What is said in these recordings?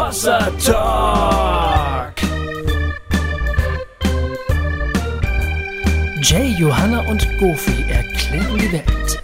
Hossa Talk. Jay, Johanna und Goofy erklären die Welt.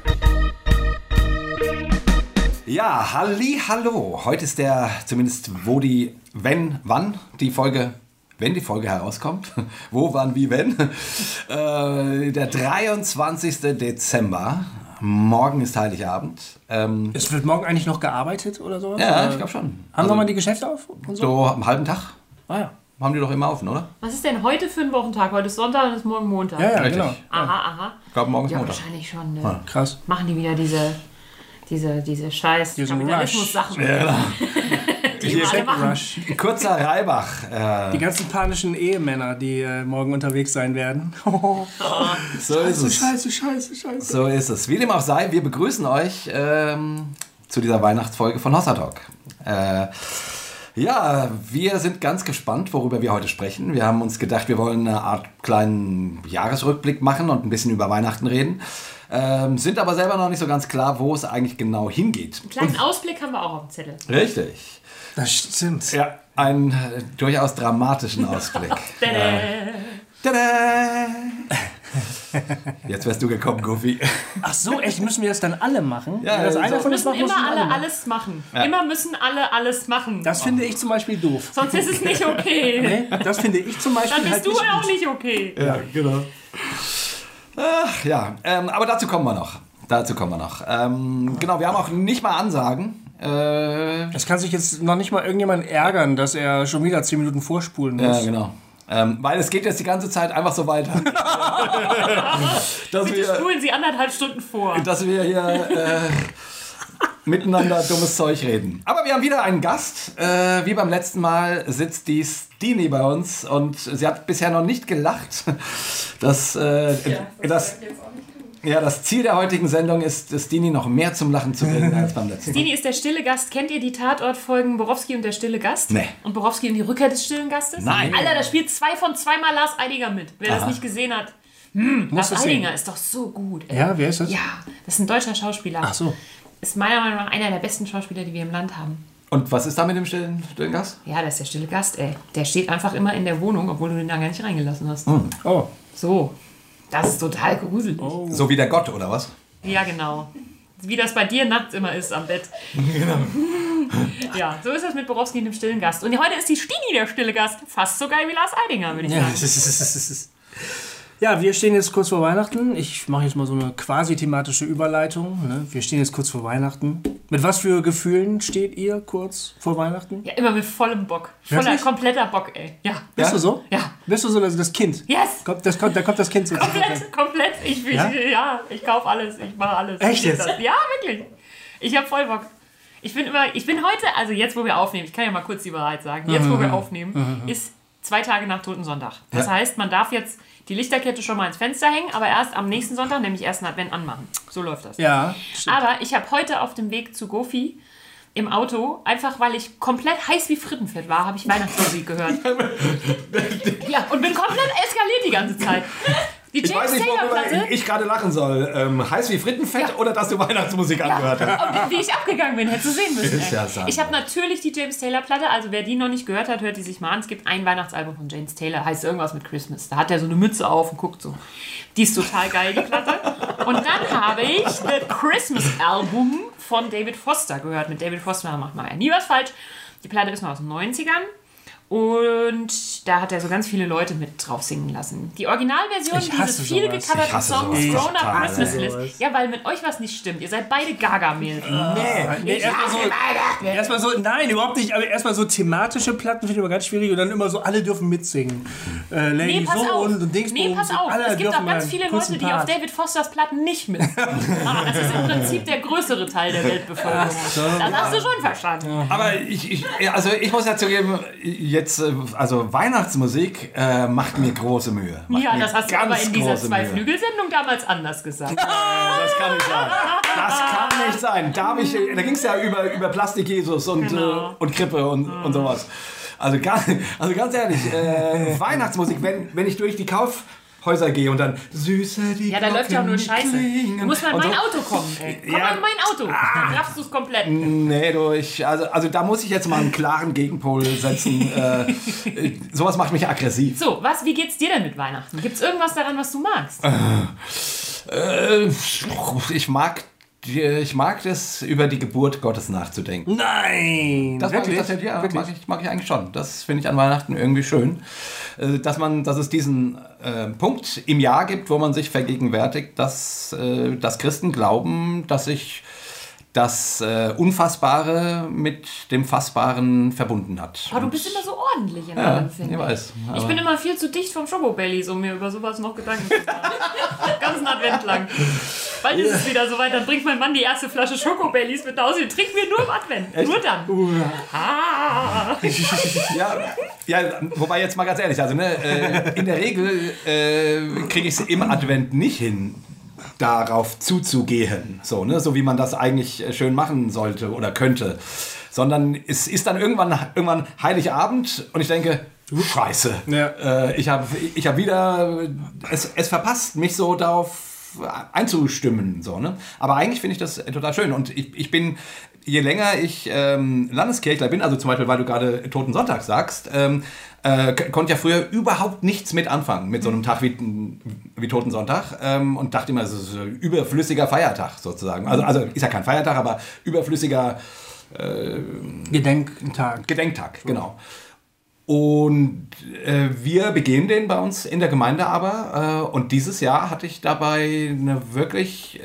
Ja, hallo. Heute ist der, zumindest wann die Folge herauskommt. Wo, wann, wie, wenn. Der 23. Dezember. Morgen ist Heiligabend. Es wird morgen eigentlich noch gearbeitet oder sowas? Ja, ich glaube schon. Haben nochmal die Geschäfte auf? Und so am halben Tag. Ah ja. Haben die doch immer offen, oder? Was ist denn heute für ein Wochentag? Heute ist Sonntag und ist morgen Montag. Ja, Richtig. genau. Aha. Ich glaube, morgen ist Ja, Montag. wahrscheinlich schon. Ne? Ja. Krass. Machen die wieder diese scheiß Diesen Kapitalismus-Sachen. Die Hier immer alle machen. Rush. Kurzer Reibach. Die ganzen panischen Ehemänner, die morgen unterwegs sein werden. So ist es. Scheiße. So ist es. Wie dem auch sei, wir begrüßen euch zu dieser Weihnachtsfolge von Hossa Talk. Ja, wir sind ganz gespannt, worüber wir heute sprechen. Wir haben uns gedacht, wir wollen eine Art kleinen Jahresrückblick machen und ein bisschen über Weihnachten reden. Sind aber selber noch nicht so ganz klar, wo es eigentlich genau hingeht. Einen kleinen Ausblick haben wir auch auf dem Zettel. Richtig. Das stimmt. Ja, einen durchaus dramatischen Ausblick. Tada! Jetzt wärst du gekommen, Goofy. Ach so, echt? Müssen wir das dann alle machen? Ja, Wenn das so. einer von uns Müssen macht, muss immer alle machen. alles machen. Ja. Immer müssen alle alles machen. Das finde ich zum Beispiel doof. Sonst ist es nicht okay. Nee, das finde ich zum Beispiel Dann bist halt du nicht auch gut. nicht okay. Ja, genau. Ach ja, aber dazu kommen wir noch. Genau, wir haben auch nicht mal Ansagen. Das kann sich jetzt noch nicht mal irgendjemand ärgern, dass er schon wieder 10 Minuten vorspulen muss. Ja, genau. Weil es geht jetzt die ganze Zeit einfach so weiter. dass, Bitte wir, spulen Sie 1,5 Stunden vor. dass wir hier miteinander dummes Zeug reden. Aber wir haben wieder einen Gast. Wie beim letzten Mal sitzt die Stini bei uns und sie hat bisher noch nicht gelacht. Das Ziel der heutigen Sendung ist, Stini noch mehr zum Lachen zu bringen als beim letzten Mal. Stini ist der stille Gast. Kennt ihr die Tatortfolgen Borowski und der stille Gast? Nee. Und Borowski und die Rückkehr des stillen Gastes? Nein. Alter, da spielt 2 von 2 Mal Lars Eidinger mit. Wer das nicht gesehen hat. Lars das sehen. Eidinger ist doch so gut. Ey. Ja, wer ist das? Ja, das ist ein deutscher Schauspieler. Ach so. Ist meiner Meinung nach einer der besten Schauspieler, die wir im Land haben. Und was ist da mit dem stillen Gast? Ja, das ist der stille Gast, ey. Der steht einfach immer in der Wohnung, obwohl du den da gar nicht reingelassen hast. Oh. So. Das ist total gruselig. So wie der Gott, oder was? Ja, genau. Wie das bei dir nachts immer ist am Bett. Genau. Ja, so ist das mit Borowski und dem stillen Gast. Und heute ist die Stini der stille Gast. Fast so geil wie Lars Eidinger, würde ich sagen. Ja, wir stehen jetzt kurz vor Weihnachten. Ich mache jetzt mal so eine quasi thematische Überleitung. Ne? Wir stehen jetzt kurz vor Weihnachten. Mit was für Gefühlen steht ihr kurz vor Weihnachten? Ja, immer mit vollem Bock. Wirklich? Kompletter Bock, ey. Ja. Bist du so? Ja. Bist du so das Kind? Yes! Da kommt das Kind zu. Komplett. Ja? Ich kaufe alles. Ich mache alles. Echt jetzt? Ja, wirklich. Ich habe voll Bock. Ich bin heute, also jetzt, wo wir aufnehmen, ich kann ja mal kurz die Wahrheit sagen, jetzt, wo wir aufnehmen, ist 2 Tage nach Totensonntag. Das heißt, man darf jetzt die Lichterkette schon mal ins Fenster hängen, aber erst am nächsten Sonntag, nämlich ersten Advent, anmachen. So läuft das. Ja, stimmt. Aber ich habe heute auf dem Weg zu Gofi im Auto, einfach weil ich komplett heiß wie Frittenfett war, habe ich Weihnachtsmusik gehört. Ja, und bin komplett eskaliert die ganze Zeit. Die Ich weiß James nicht, Taylor worüber Platte. ich gerade lachen soll. Heiß wie Frittenfett oder dass du Weihnachtsmusik angehört hast? Und wie ich abgegangen bin, hättest du sehen müssen. Ist ja Ey. Sand. Ich habe natürlich die James Taylor Platte, also wer die noch nicht gehört hat, hört die sich mal an. Es gibt ein Weihnachtsalbum von James Taylor, heißt irgendwas mit Christmas. Da hat er so eine Mütze auf und guckt so. Die ist total geil, die Platte. Und dann habe ich The Christmas Album von David Foster gehört. Mit David Foster macht man ja nie was falsch. Die Platte ist noch aus den 90ern. Und da hat er so ganz viele Leute mit drauf singen lassen. Die Originalversion Ich hasse dieses viel sowas. Ich gecoverten hasse Songs sowas. Grown Up Total. Christmas Sowas. List. Ja, weil mit euch was nicht stimmt. Ihr seid beide Gaga-Mehl. Nee, erstmal so, nein, überhaupt nicht, aber erstmal so thematische Platten finde ich immer ganz schwierig und dann immer so, alle dürfen mitsingen. Nee, pass auf. und Dingsbums. Nee, pass auf. Alle Es gibt auch dürfen ganz mal viele kurz Leute, einen die auf Part. David Fosters Platten nicht mitsingen. Das ist im Prinzip der größere Teil der Weltbevölkerung. Das hast du schon verstanden. Aber ich muss ja zugeben, jetzt, also Weihnachtsmusik macht mir große Mühe. Macht Ja, mir das hast du ganz aber in dieser große Mühe. Zwei-Flügel-Sendung damals anders gesagt. Das kann nicht sein. Das kann nicht sein. Da ging es ja über Plastik-Jesus und, Genau. und Krippe und sowas. Also ganz ehrlich, Weihnachtsmusik, wenn ich durch die Häuser gehe und dann süße die Ja, da läuft ja auch nur Scheiße. klingen. Du musst mal in Und mein so. Auto kommen, ey. Komm Ja. mal in mein Auto. Dann raffst du es komplett. Nee, also da muss ich jetzt mal einen klaren Gegenpol setzen. Sowas macht mich aggressiv. So, wie geht's dir denn mit Weihnachten? Gibt's irgendwas daran, was du magst? Ich mag es, über die Geburt Gottes nachzudenken. Nein! Das wirklich? mag ich eigentlich schon. Das finde ich an Weihnachten irgendwie schön. Dass es diesen Punkt im Jahr gibt, wo man sich vergegenwärtigt, dass Christen glauben, dass sich das Unfassbare mit dem Fassbaren verbunden hat. Aber du bist immer so ordentlich in allem, finde ich weiß. Ich bin immer viel zu dicht vom Schokobellies, um mir über sowas noch Gedanken zu machen. Ganzen Advent lang. Bald ist es wieder soweit, dann bringt mein Mann die erste Flasche Schokobellies mit nach Hause. Die trinken wir nur im Advent. Echt? Nur dann. Ja, wobei jetzt mal ganz ehrlich, also in der Regel kriege ich es im Advent nicht hin, darauf zuzugehen, so wie man das eigentlich schön machen sollte oder könnte, sondern es ist dann irgendwann Heiligabend und ich denke, Scheiße, ja. Ich hab wieder es verpasst, mich so darauf einzustimmen, so, ne? Aber eigentlich finde ich das total schön und ich bin, je länger ich Landeskirchler bin, also zum Beispiel, weil du gerade Toten Sonntag sagst, konnte ja früher überhaupt nichts mit anfangen, mit so einem Tag wie Toten Sonntag und dachte immer, es ist ein überflüssiger Feiertag sozusagen. Also ist ja kein Feiertag, aber überflüssiger Gedenktag, genau. Und wir begehen den bei uns in der Gemeinde aber und dieses Jahr hatte ich dabei eine wirklich,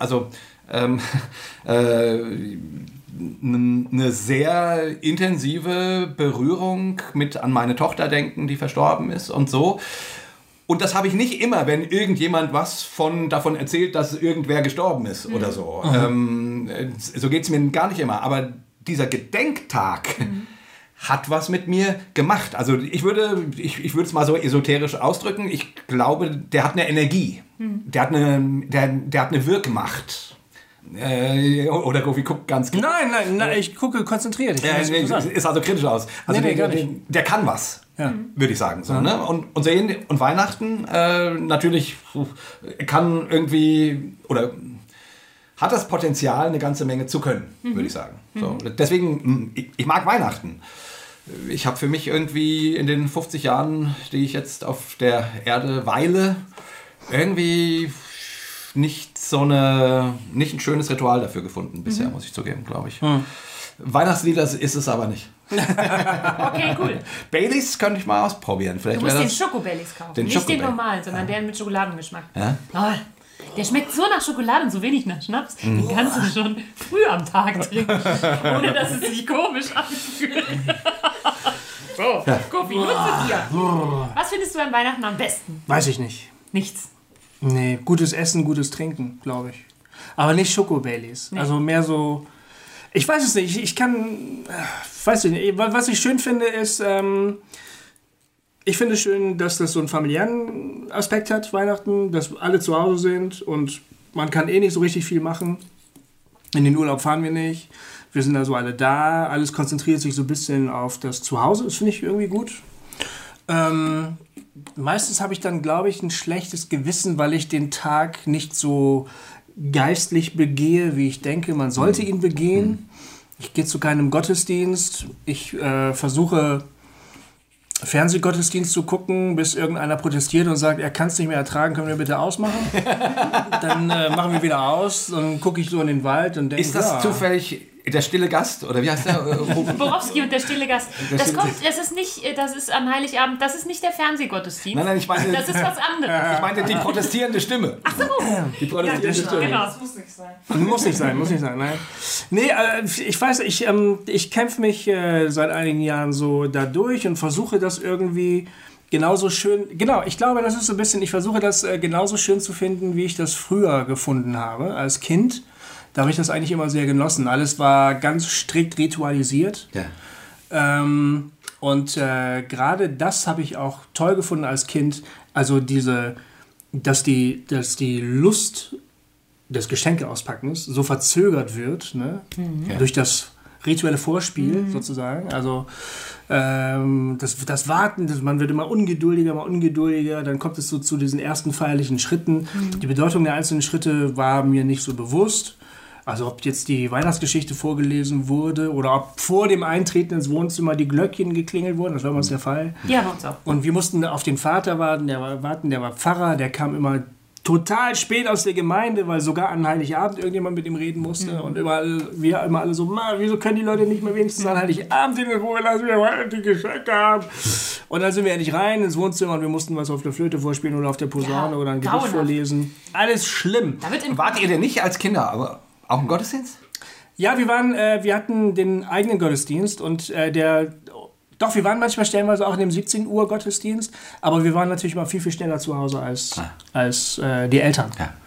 eine sehr intensive Berührung mit an meine Tochter denken, die verstorben ist und so. Und das habe ich nicht immer, wenn irgendjemand davon erzählt, dass irgendwer gestorben ist oder so. So geht es mir gar nicht immer. Aber dieser Gedenktag hat was mit mir gemacht. Also ich würde es mal so esoterisch ausdrücken. Ich glaube, der hat eine Energie. Der hat eine Wirkmacht. Oder Gofi guckt ganz kritisch. Nein, ich gucke konzentriert. Ist also kritisch aus. Also der kann was, würde ich sagen. So, ne? Und Weihnachten natürlich kann irgendwie oder hat das Potenzial, eine ganze Menge zu können, würde ich sagen. So, deswegen, ich mag Weihnachten. Ich habe für mich irgendwie in den 50 Jahren, die ich jetzt auf der Erde weile, irgendwie nicht ein schönes Ritual dafür gefunden bisher, muss ich zugeben, glaube ich. Weihnachtslieder ist es aber nicht. Okay, cool. Baileys könnte ich mal ausprobieren. Vielleicht du musst den Schoko-Baileys kaufen. Nicht den normalen, sondern den mit Schokoladengeschmack. Ja? Oh, der schmeckt so nach Schokolade und so wenig nach Schnaps. Den kannst du schon früh am Tag trinken, ohne dass es sich komisch anfühlt. So, Kofi, nur zu dir. Was findest du an Weihnachten am besten? Weiß ich nicht. Nichts. Nee, gutes Essen, gutes Trinken, glaube ich. Aber nicht Schoko-Baileys. Nee. Also mehr so... Ich weiß es nicht. Weiß ich nicht. Was ich schön finde, ist... ich finde es schön, dass das so einen familiären Aspekt hat, Weihnachten, dass alle zu Hause sind und man kann nicht so richtig viel machen. In den Urlaub fahren wir nicht. Wir sind also alle da. Alles konzentriert sich so ein bisschen auf das Zuhause. Das finde ich irgendwie gut. Meistens habe ich dann, glaube ich, ein schlechtes Gewissen, weil ich den Tag nicht so geistlich begehe, wie ich denke, man sollte ihn begehen. Ich gehe zu keinem Gottesdienst. Ich versuche, Fernsehgottesdienst zu gucken, bis irgendeiner protestiert und sagt, er kann es nicht mehr ertragen, können wir bitte ausmachen? Dann machen wir wieder aus, dann gucke ich so in den Wald und denke, ist das zufällig der stille Gast? Oder wie heißt der? Borowski und der stille Gast. Das ist an Heiligabend, das ist nicht der Fernsehgottesdienst. Nein, ich meine... Das ist was anderes. Ich meinte die protestierende Stimme. Ach so. Die protestierende Stimme. Genau, das muss nicht sein. Muss nicht sein, nein. Nee, ich weiß, ich kämpfe mich seit einigen Jahren so dadurch und versuche das irgendwie genauso schön... Genau, ich glaube, das ist so ein bisschen... Ich versuche das genauso schön zu finden, wie ich das früher gefunden habe, als Kind. Da habe ich das eigentlich immer sehr genossen. Alles war ganz strikt ritualisiert. Ja. Und gerade das habe ich auch toll gefunden als Kind. Also dass die Lust des Geschenkeauspackens so verzögert wird, ne? Durch das rituelle Vorspiel sozusagen. Also das Warten, man wird immer ungeduldiger, dann kommt es so zu diesen ersten feierlichen Schritten. Die Bedeutung der einzelnen Schritte war mir nicht so bewusst. Also ob jetzt die Weihnachtsgeschichte vorgelesen wurde oder ob vor dem Eintreten ins Wohnzimmer die Glöckchen geklingelt wurden, das war immer der Fall. Ja, bei uns auch. Und wir mussten auf den Vater warten, der war Pfarrer, der kam immer total spät aus der Gemeinde, weil sogar an Heiligabend irgendjemand mit ihm reden musste und wir immer alle so, wieso können die Leute nicht mehr wenigstens an Heiligabend in Ruhe lassen, wir die Geschenke haben. Und dann sind wir endlich rein ins Wohnzimmer und wir mussten was auf der Flöte vorspielen oder auf der Posaune oder ein Gedicht vorlesen. Alles schlimm. Wart ihr denn nicht als Kinder, aber auch im Gottesdienst? Ja, wir hatten den eigenen Gottesdienst und Doch, wir waren manchmal stellenweise auch in dem 17 Uhr Gottesdienst, aber wir waren natürlich mal viel, viel schneller zu Hause als die Eltern.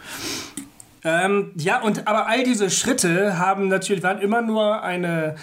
Ja. Aber all diese Schritte waren immer nur ein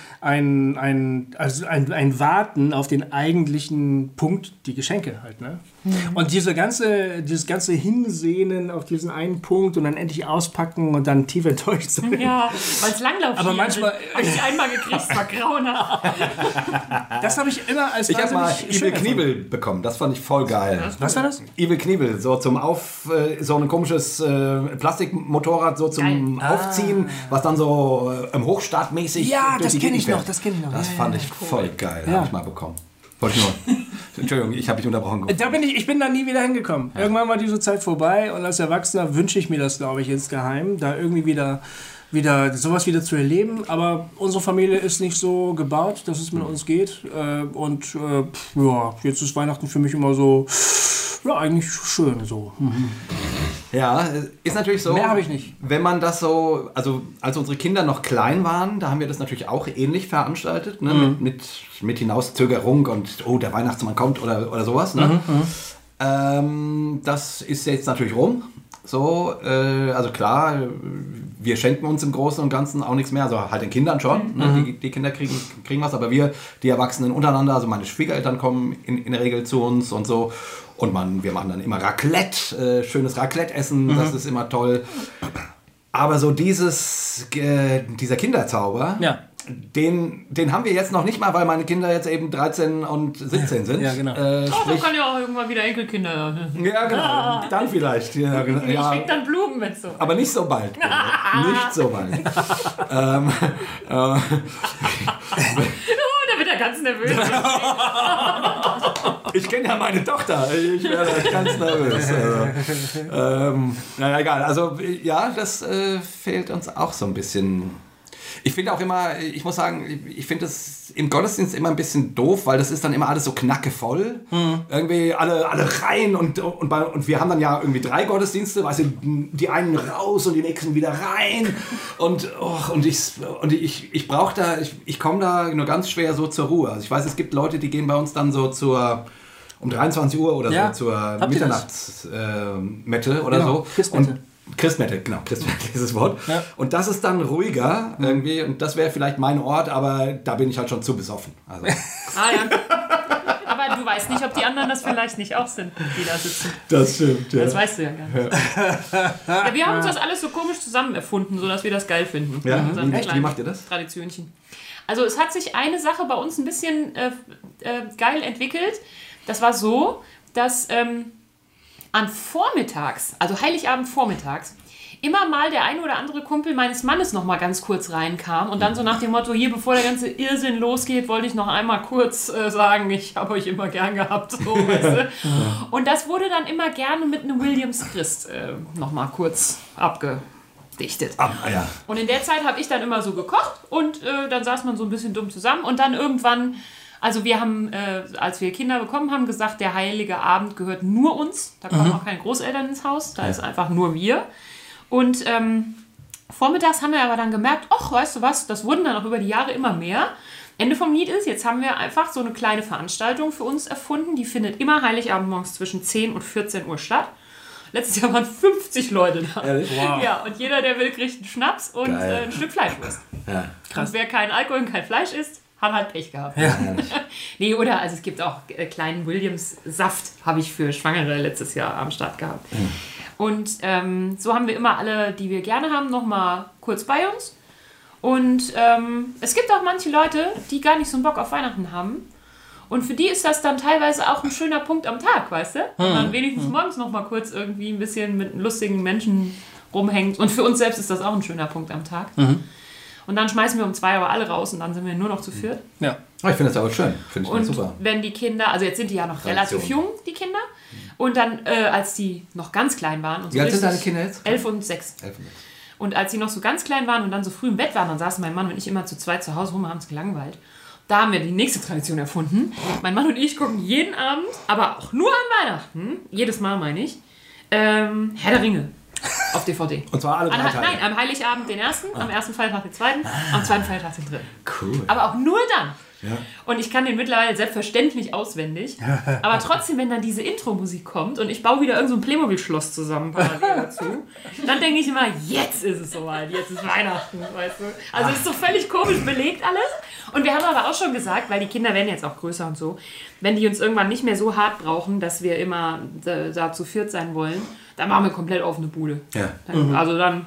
Warten auf den eigentlichen Punkt, die Geschenke halt, ne? Und dieses ganze Hinsehnen auf diesen einen Punkt und dann endlich auspacken und dann tief enttäuscht sein. Ja, weil es langläuft. Aber manchmal habe ich einmal gekriegt, es war grauenhaft. Das habe ich immer als Ich habe mal Evil Kniebel bekommen, das fand ich voll geil. Was war das? Evil Kniebel, so so ein komisches Plastikmotorrad so zum Aufziehen, was dann so hochstartmäßig. Ja, durch das die kenne Gegend ich noch, fährt. das kenne ich noch. Das fand ich voll geil, Ja. habe ich mal bekommen. Wollte ich nur. Entschuldigung, ich habe dich unterbrochen. Ich bin da nie wieder hingekommen. Ja. Irgendwann war diese Zeit vorbei und als Erwachsener wünsche ich mir das, glaube ich, insgeheim, da irgendwie wieder sowas wieder zu erleben. Aber unsere Familie ist nicht so gebaut, dass es mit uns geht. Jetzt ist Weihnachten für mich immer so, ja, eigentlich schön so. Ja, ist natürlich so. Mehr habe ich nicht. Wenn man das so, also als unsere Kinder noch klein waren, da haben wir das natürlich auch ähnlich veranstaltet, ne? Mit Hinauszögerung und der Weihnachtsmann kommt oder sowas. Ne? Das ist jetzt natürlich rum. So, also klar, wir schenken uns im Großen und Ganzen auch nichts mehr, also halt den Kindern schon, ne? Die Kinder kriegen was, aber wir, die Erwachsenen untereinander, also meine Schwiegereltern kommen in der Regel zu uns und so und wir machen dann immer Raclette, schönes Raclette-Essen, das ist immer toll, aber so dieser Kinderzauber, den haben wir jetzt noch nicht mal, weil meine Kinder jetzt eben 13 und 17 sind. Ja, genau. Da kann ja auch irgendwann wieder Enkelkinder. Ja, genau. Dann vielleicht. Ja, genau. Ich krieg dann Blumen, wenn es so. Aber nicht so bald. Nicht so bald. Da wird er ganz nervös. Ich kenne ja meine Tochter. Ich werde ganz nervös. Naja, egal. Also, ja, das fehlt uns auch so ein bisschen. Ich finde auch immer, ich muss sagen, ich finde es im Gottesdienst immer ein bisschen doof, weil das ist dann immer alles so knackevoll. Irgendwie alle rein und wir haben dann ja irgendwie 3 Gottesdienste, weißt du, die einen raus und die nächsten wieder rein und ich brauche da, ich komme da nur ganz schwer so zur Ruhe. Also ich weiß, es gibt Leute, die gehen bei uns dann so um 23 Uhr oder so zur Mitternachtsmette oder so. Christmette, genau, Christmette ist das Wort. Ja. Und das ist dann ruhiger irgendwie und das wäre vielleicht mein Ort, aber da bin ich halt schon zu besoffen. Also. Ja. Aber du weißt nicht, ob die anderen das vielleicht nicht auch sind, die da sitzen. Das stimmt, ja. Das weißt du ja gar nicht. Ja, wir haben uns das alles so komisch zusammen erfunden, sodass wir das geil finden. Ja, echt? Wie macht ihr das? Traditionchen. Also es hat sich eine Sache bei uns ein bisschen geil entwickelt. Das war so, dass an vormittags, also Heiligabend vormittags, immer mal der ein oder andere Kumpel meines Mannes noch mal ganz kurz reinkam und dann so nach dem Motto, hier, bevor der ganze Irrsinn losgeht, wollte ich noch einmal kurz sagen, ich habe euch immer gern gehabt. So, weißt du? Und das wurde dann immer gerne mit einem Williams Christ noch mal kurz abgedichtet. Ja. Und in der Zeit habe ich dann immer so gekocht und dann saß man so ein bisschen dumm zusammen und dann irgendwann... Also wir haben, als wir Kinder bekommen haben, gesagt, der heilige Abend gehört nur uns. Da kommen auch keine Großeltern ins Haus, da ist einfach nur wir. Und vormittags haben wir aber dann gemerkt, ach, weißt du was, das wurden dann auch über die Jahre immer mehr. Ende vom Lied ist, jetzt haben wir einfach so eine kleine Veranstaltung für uns erfunden. Die findet immer Heiligabend morgens zwischen 10 und 14 Uhr statt. Letztes Jahr waren 50 Leute da. Ehrlich? Wow. Ja, und jeder, der will, kriegt einen Schnaps und ein Stück Fleischwurst. Ja. Krass. Und wer keinen Alkohol und kein Fleisch isst, hat halt Pech gehabt. Ja. Nee, oder also es gibt auch kleinen Williams-Saft, habe ich für Schwangere letztes Jahr am Start gehabt. Und so haben wir immer alle, die wir gerne haben, nochmal kurz bei uns. Und es gibt auch manche Leute, die gar nicht so einen Bock auf Weihnachten haben. Und für die ist das dann teilweise auch ein schöner Punkt am Tag, weißt du? Und dann wenigstens morgens noch mal kurz irgendwie ein bisschen mit lustigen Menschen rumhängt. Und für uns selbst ist das auch ein schöner Punkt am Tag. Und dann schmeißen wir um 2 aber alle raus und dann sind wir nur noch zu viert. Ja. Ich finde das aber schön. Finde ich Und super. wenn die Kinder, also jetzt sind die ja noch relativ jung, die Kinder. Und dann, als die noch ganz klein waren. Und so Wie alt sind richtig- deine Kinder jetzt? 11 und 6. 11 und 6. Und als sie noch so ganz klein waren und dann so früh im Bett waren, dann saßen mein Mann und ich immer zu zweit zu Hause rum und haben es gelangweilt. Da haben wir die nächste Tradition erfunden. Mein Mann und ich gucken jeden Abend, aber auch nur an Weihnachten, jedes Mal meine ich, Herr der Ringe auf DVD. Und zwar alle 3 Teile? Nein, am Heiligabend den ersten, am ersten Feiertag den zweiten, am zweiten Feiertag den dritten. Cool. Aber auch nur dann. Ja. Und ich kann den mittlerweile selbstverständlich auswendig. Aber trotzdem, wenn dann diese Intro-Musik kommt und ich baue wieder irgend so ein Playmobil-Schloss zusammen parallel dazu, dann denke ich immer, jetzt ist es soweit, jetzt ist Weihnachten, weißt du. Also es ist so völlig komisch belegt alles. Und wir haben aber auch schon gesagt, weil die Kinder werden jetzt auch größer und so, wenn die uns irgendwann nicht mehr so hart brauchen, dass wir immer da zu viert sein wollen, dann machen wir komplett offene Bude. Ja. Also dann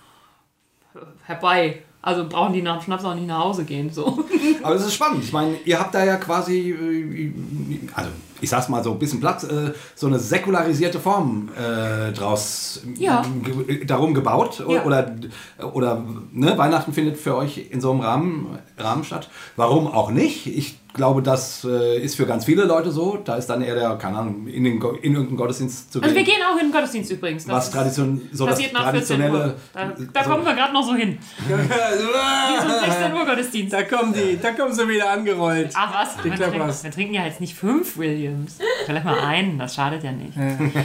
herbei. Also brauchen die nach dem Schnaps auch nicht nach Hause gehen. So. Aber es ist spannend. Ich meine, ihr habt da ja quasi, also ich sag's mal so ein bisschen Platz, so eine säkularisierte Form draus darum gebaut. Ja. Oder ne, Weihnachten findet für euch in so einem Rahmen statt. Warum auch nicht? Ich glaube, das ist für ganz viele Leute so. Da ist dann eher der, keine Ahnung, in irgendeinen Gottesdienst zu gehen. Also wir gehen auch in den Gottesdienst übrigens. Das passiert nach 14 Uhr. Da kommen wir gerade noch so hin. Wie so ein 16 Uhr Gottesdienst. Da kommen sie wieder angerollt. Ach was, wir trinken ja jetzt nicht 5 Williams. Vielleicht mal einen, das schadet ja nicht.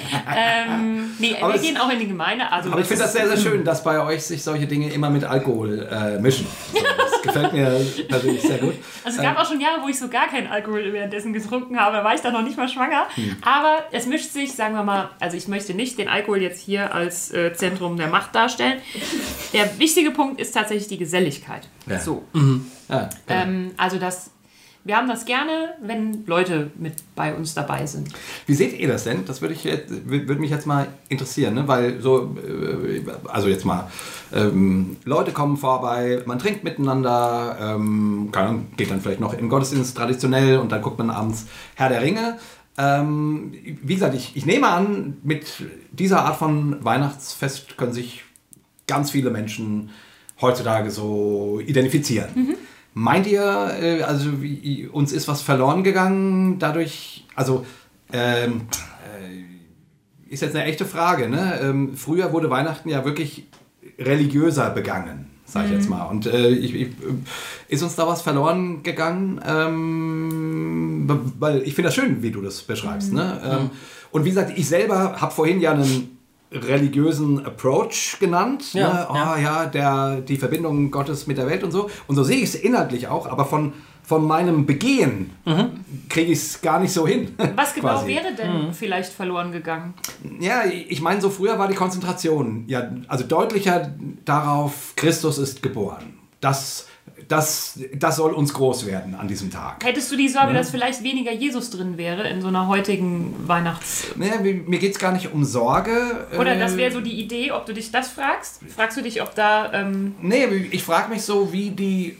Nee, wir gehen auch in die Gemeinde. Also aber ich finde das sehr, sehr schön, dass bei euch sich solche Dinge immer mit Alkohol mischen. So, das gefällt mir natürlich sehr gut. Also es gab auch schon Jahre, wo ich so gar keinen Alkohol währenddessen getrunken habe. Da war ich dann noch nicht mal schwanger. Aber es mischt sich, sagen wir mal, also ich möchte nicht den Alkohol jetzt hier als Zentrum der Macht darstellen. Der wichtige Punkt ist tatsächlich die Geselligkeit. Ja. So. Ja, genau. Also wir haben das gerne, wenn Leute mit bei uns dabei sind. Wie seht ihr das denn? Das würde mich jetzt mal interessieren, ne? Weil so, also jetzt mal, Leute kommen vorbei, man trinkt miteinander, keine Ahnung, geht dann vielleicht noch in den Gottesdienst traditionell und dann guckt man abends Herr der Ringe. Wie gesagt, ich nehme an, mit dieser Art von Weihnachtsfest können sich ganz viele Menschen heutzutage so identifizieren. Meint ihr, also uns ist was verloren gegangen dadurch, also ist jetzt eine echte Frage, ne? Früher wurde Weihnachten ja wirklich religiöser begangen, sag ich jetzt mal. Und ist uns da was verloren gegangen? Weil ich finde das schön, wie du das beschreibst. Ne? Und wie gesagt, ich selber habe vorhin ja einen religiösen Approach genannt. Ja, ne? Die Verbindung Gottes mit der Welt und so. Und so sehe ich es inhaltlich auch, aber von meinem Begehen kriege ich es gar nicht so hin. Was genau quasi. wäre denn vielleicht verloren gegangen? Ja, ich meine, so früher war die Konzentration ja also deutlicher darauf, Christus ist geboren. Das soll uns groß werden an diesem Tag. Hättest du die Sorge, dass vielleicht weniger Jesus drin wäre in so einer heutigen Naja, mir geht es gar nicht um Sorge. Oder das wäre so die Idee, ob du dich das fragst? Fragst du dich, ob da... Nee, ich frage mich so, wie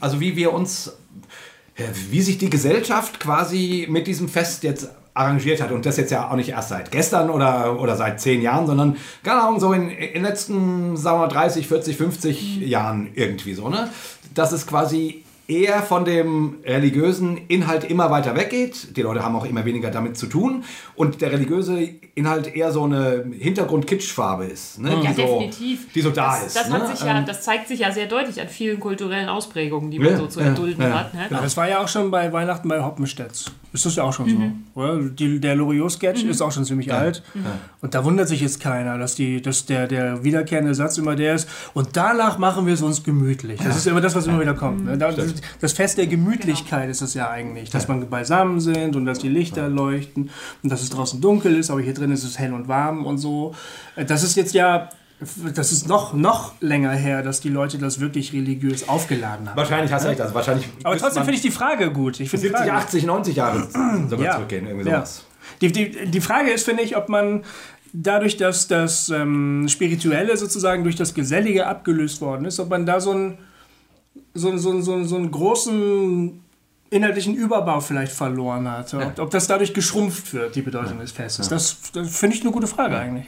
sich die Gesellschaft quasi mit diesem Fest jetzt arrangiert hat. Und das jetzt ja auch nicht erst seit gestern oder seit 10 Jahren, sondern, keine Ahnung, so in den letzten, sagen wir mal, 30, 40, 50 Jahren irgendwie so, ne? Dass es quasi eher von dem religiösen Inhalt immer weiter weggeht. Die Leute haben auch immer weniger damit zu tun. Und der religiöse Inhalt eher so eine Hintergrund-Kitschfarbe ist. Ne? Ja, definitiv. Die so da ist. Das zeigt sich ja sehr deutlich an vielen kulturellen Ausprägungen, die man so zu erdulden hat. Ne? Ja, das war ja auch schon bei Weihnachten bei Hoppenstedt. Ist das ja auch schon so. Oder? Der Loriot-Sketch ist auch schon ziemlich alt. Und da wundert sich jetzt keiner, dass der wiederkehrende Satz immer der ist. Und danach machen wir es uns gemütlich. Das ist immer das, was immer wieder kommt. Ne? Das Fest der Gemütlichkeit ist es ja eigentlich. Dass man beisammen sind und dass die Lichter leuchten und dass es draußen dunkel ist, aber hier drin ist es hell und warm und so. Das ist jetzt ja... Das ist noch länger her, dass die Leute das wirklich religiös aufgeladen haben. Wahrscheinlich hast du recht. Also wahrscheinlich aber trotzdem finde ich die Frage gut. Ich 70, 80, 90 Jahre sogar zurückgehen. Irgendwie sowas. Die Frage ist, finde ich, ob man dadurch, dass das Spirituelle sozusagen durch das Gesellige abgelöst worden ist, ob man da so so einen großen inhaltlichen Überbau vielleicht verloren hat. Ob das dadurch geschrumpft wird, die Bedeutung des Festes. Das finde ich eine gute Frage eigentlich.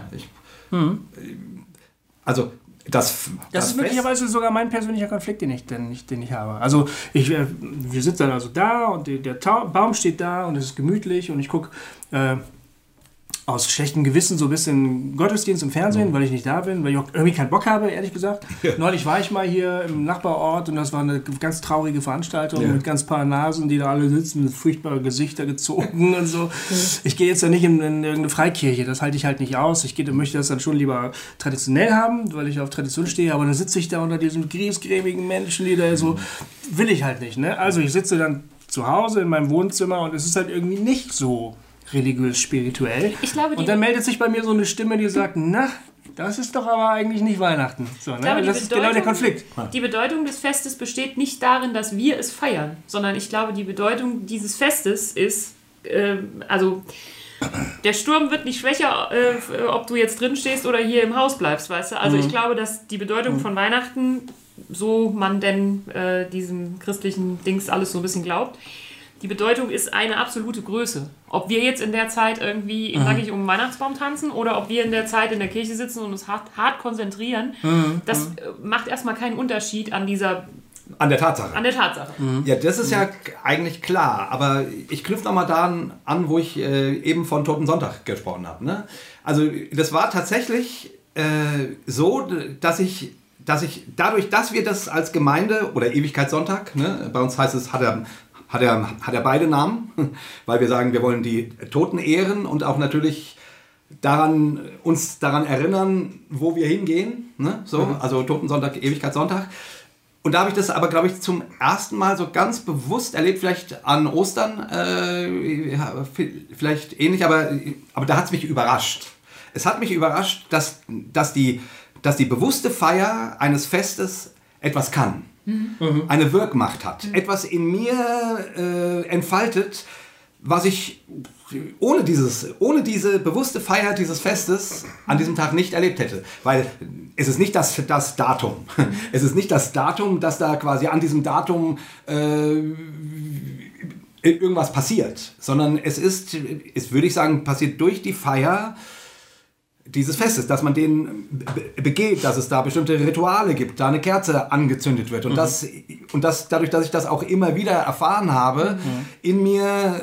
Also das ist möglicherweise sogar mein persönlicher Konflikt, den ich habe. Also wir sitzen dann also da und der Baum steht da und es ist gemütlich und ich gucke aus schlechtem Gewissen so ein bisschen Gottesdienst im Fernsehen, weil ich nicht da bin, weil ich auch irgendwie keinen Bock habe, ehrlich gesagt. Ja. Neulich war ich mal hier im Nachbarort und das war eine ganz traurige Veranstaltung mit ganz paar Nasen, die da alle sitzen, mit furchtbare Gesichter gezogen und so. Ich gehe jetzt ja nicht in irgendeine Freikirche, das halte ich halt nicht aus. Ich möchte das dann schon lieber traditionell haben, weil ich auf Tradition stehe, aber dann sitze ich da unter diesen griesgrämigen Menschen, die da so, will ich halt nicht. Ne? Also ich sitze dann zu Hause in meinem Wohnzimmer und es ist halt irgendwie nicht so religiös-spirituell. Und dann meldet sich bei mir so eine Stimme, die sagt, na, das ist doch aber eigentlich nicht Weihnachten. So, ne? Das ist genau der Konflikt. Die Bedeutung des Festes besteht nicht darin, dass wir es feiern, sondern ich glaube, die Bedeutung dieses Festes ist, der Sturm wird nicht schwächer, ob du jetzt drin stehst oder hier im Haus bleibst, weißt du? Also ich glaube, dass die Bedeutung von Weihnachten, so man denn diesem christlichen Dings alles so ein bisschen glaubt, die Bedeutung ist eine absolute Größe. Ob wir jetzt in der Zeit irgendwie nackig um den Weihnachtsbaum tanzen oder ob wir in der Zeit in der Kirche sitzen und uns hart konzentrieren, das macht erstmal keinen Unterschied an der Tatsache. Ja, das ist ja eigentlich klar, aber ich knüpfe nochmal da an, wo ich eben von Toten Sonntag gesprochen habe. Ne? Also das war tatsächlich so, dass ich dadurch, dass wir das als Gemeinde oder Ewigkeitssonntag, ne, bei uns heißt es, hat er beide Namen, weil wir sagen, wir wollen die Toten ehren und auch natürlich uns daran erinnern, wo wir hingehen. Ne? So, also Totensonntag, Ewigkeitssonntag. Und da habe ich das aber, glaube ich, zum ersten Mal so ganz bewusst erlebt, vielleicht an Ostern, vielleicht ähnlich, aber da hat es mich überrascht. Es hat mich überrascht, dass die bewusste Feier eines Festes etwas kann. Eine Wirkmacht hat, etwas in mir entfaltet, was ich ohne diese bewusste Feier dieses Festes an diesem Tag nicht erlebt hätte. Weil es ist nicht das Datum. Es ist nicht das Datum, dass da quasi an diesem Datum irgendwas passiert, sondern es würde ich sagen, passiert durch die Feier dieses Festes, dass man den begeht, dass es da bestimmte Rituale gibt, da eine Kerze angezündet wird und das dadurch, dass ich das auch immer wieder erfahren habe, in mir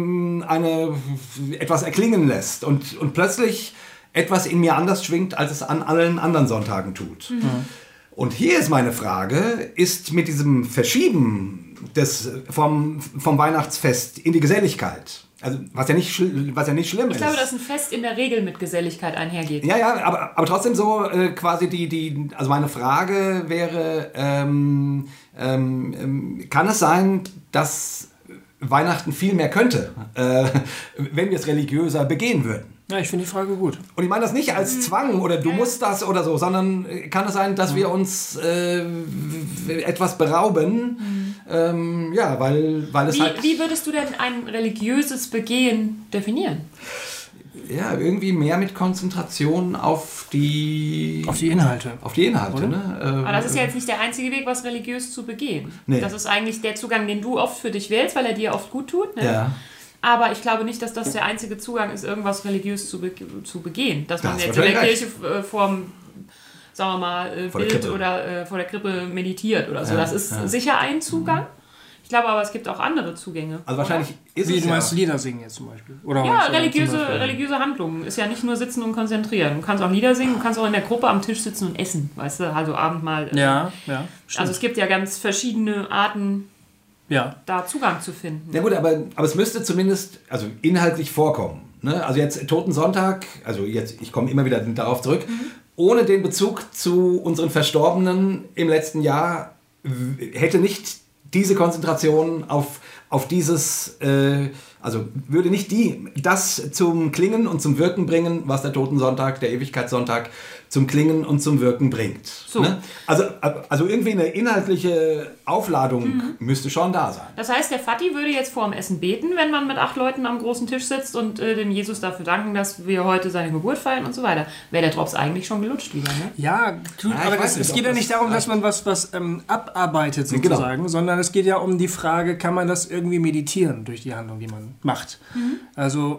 etwas erklingen lässt und plötzlich etwas in mir anders schwingt, als es an allen anderen Sonntagen tut. Und hier ist meine Frage, ist mit diesem Verschieben vom Weihnachtsfest in die Geselligkeit, also was ja nicht schlimm ist. Ich glaube, dass ein Fest in der Regel mit Geselligkeit einhergeht. Ja, aber trotzdem so quasi also meine Frage wäre, kann es sein, dass Weihnachten viel mehr könnte, wenn wir es religiöser begehen würden? Ja, ich finde die Frage gut. Und ich meine das nicht als Zwang oder du musst das oder so, sondern kann es sein, dass wir uns etwas berauben, weil es halt... Wie würdest du denn ein religiöses Begehen definieren? Ja, irgendwie mehr mit Konzentration auf die Inhalte. Auf die Inhalte, ne? Aber das ist ja jetzt nicht der einzige Weg, was religiös zu begehen. Nee. Das ist eigentlich der Zugang, den du oft für dich wählst, weil er dir oft gut tut. Ne? Ja. Aber ich glaube nicht, dass das der einzige Zugang ist, irgendwas religiös zu begehen. Dass man jetzt in der Kirche vorm, sagen wir mal, Bild oder vor der Krippe meditiert oder so. Ja, das ist sicher ein Zugang. Ich glaube aber, es gibt auch andere Zugänge. Also wahrscheinlich ist es. Wie du meinst, Lieder singen jetzt zum Beispiel? Oder religiöse Handlungen. Ist ja nicht nur sitzen und konzentrieren. Du kannst auch Lieder singen, du kannst auch in der Gruppe am Tisch sitzen und essen. Weißt du, also Abendmahl. Ja. Also es gibt ja ganz verschiedene Arten, da Zugang zu finden. Ja gut, aber es müsste zumindest inhaltlich vorkommen. Ne? Also jetzt Totensonntag, ich komme immer wieder darauf zurück, ohne den Bezug zu unseren Verstorbenen im letzten Jahr hätte nicht diese Konzentration auf auf dieses, also würde nicht das zum Klingen und zum Wirken bringen, was der Totensonntag, der Ewigkeitssonntag zum Klingen und zum Wirken bringt. So. Ne? Also irgendwie eine inhaltliche Aufladung müsste schon da sein. Das heißt, der Vati würde jetzt vor dem Essen beten, wenn man mit 8 Leuten am großen Tisch sitzt und dem Jesus dafür danken, dass wir heute seine Geburt feiern und so weiter. Wäre der Drops eigentlich schon gelutscht wieder, ne? Ja, aber es geht ja nicht darum, dass man was abarbeitet sozusagen, sondern es geht ja um die Frage, kann man das irgendwie meditieren durch die Handlung, die man macht. Also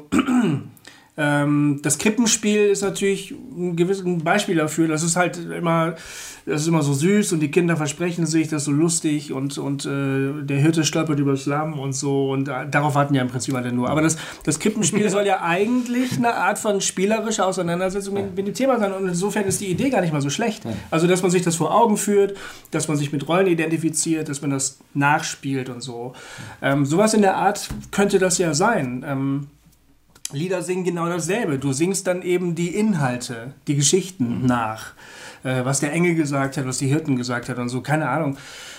das Krippenspiel ist natürlich ein Beispiel dafür. Das ist halt immer so süß und die Kinder versprechen sich, das ist so lustig und der Hirte stolpert übers Lamm und so und darauf warten ja im Prinzip alle nur. Aber das Krippenspiel soll ja eigentlich eine Art von spielerischer Auseinandersetzung mit dem Thema sein und insofern ist die Idee gar nicht mal so schlecht. Also, dass man sich das vor Augen führt, dass man sich mit Rollen identifiziert, dass man das nachspielt und so. Sowas in der Art könnte das ja sein. Lieder singen genau dasselbe. Du singst dann eben die Inhalte, die Geschichten nach. Was der Engel gesagt hat, was die Hirten gesagt hat und so, keine Ahnung.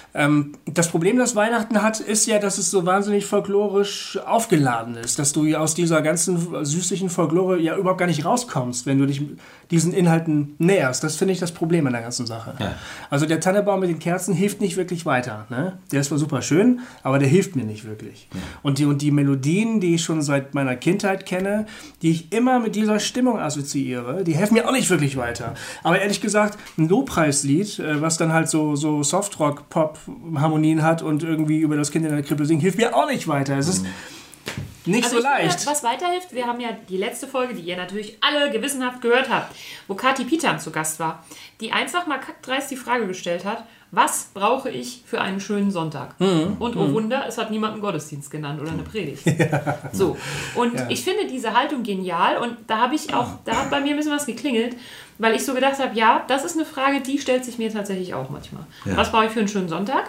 Das Problem, das Weihnachten hat, ist ja, dass es so wahnsinnig folklorisch aufgeladen ist, dass du ja aus dieser ganzen süßlichen Folklore ja überhaupt gar nicht rauskommst, wenn du dich diesen Inhalten näherst. Das finde ich das Problem an der ganzen Sache. Ja. Also der Tannenbaum mit den Kerzen hilft nicht wirklich weiter. Ne? Der ist zwar super schön, aber der hilft mir nicht wirklich. Ja. Und die Melodien, die ich schon seit meiner Kindheit kenne, die ich immer mit dieser Stimmung assoziiere, die helfen mir auch nicht wirklich weiter. Aber ehrlich gesagt, ein Lobpreislied, was dann halt so Softrock, Pop, Harmonien hat und irgendwie über das Kind in der Krippe singt, hilft mir auch nicht weiter. Es ist nicht so leicht. Finde, was weiterhilft, wir haben ja die letzte Folge, die ihr natürlich alle gewissenhaft gehört habt, wo Kathi Pitam zu Gast war, die einfach mal kackdreist die Frage gestellt hat, was brauche ich für einen schönen Sonntag? Und oh Wunder, es hat niemand einen Gottesdienst genannt oder eine Predigt. Ja. So. Und ich finde diese Haltung genial und da hat bei mir ein bisschen was geklingelt, weil ich so gedacht habe, ja, das ist eine Frage, die stellt sich mir tatsächlich auch manchmal. Ja. Was brauche ich für einen schönen Sonntag?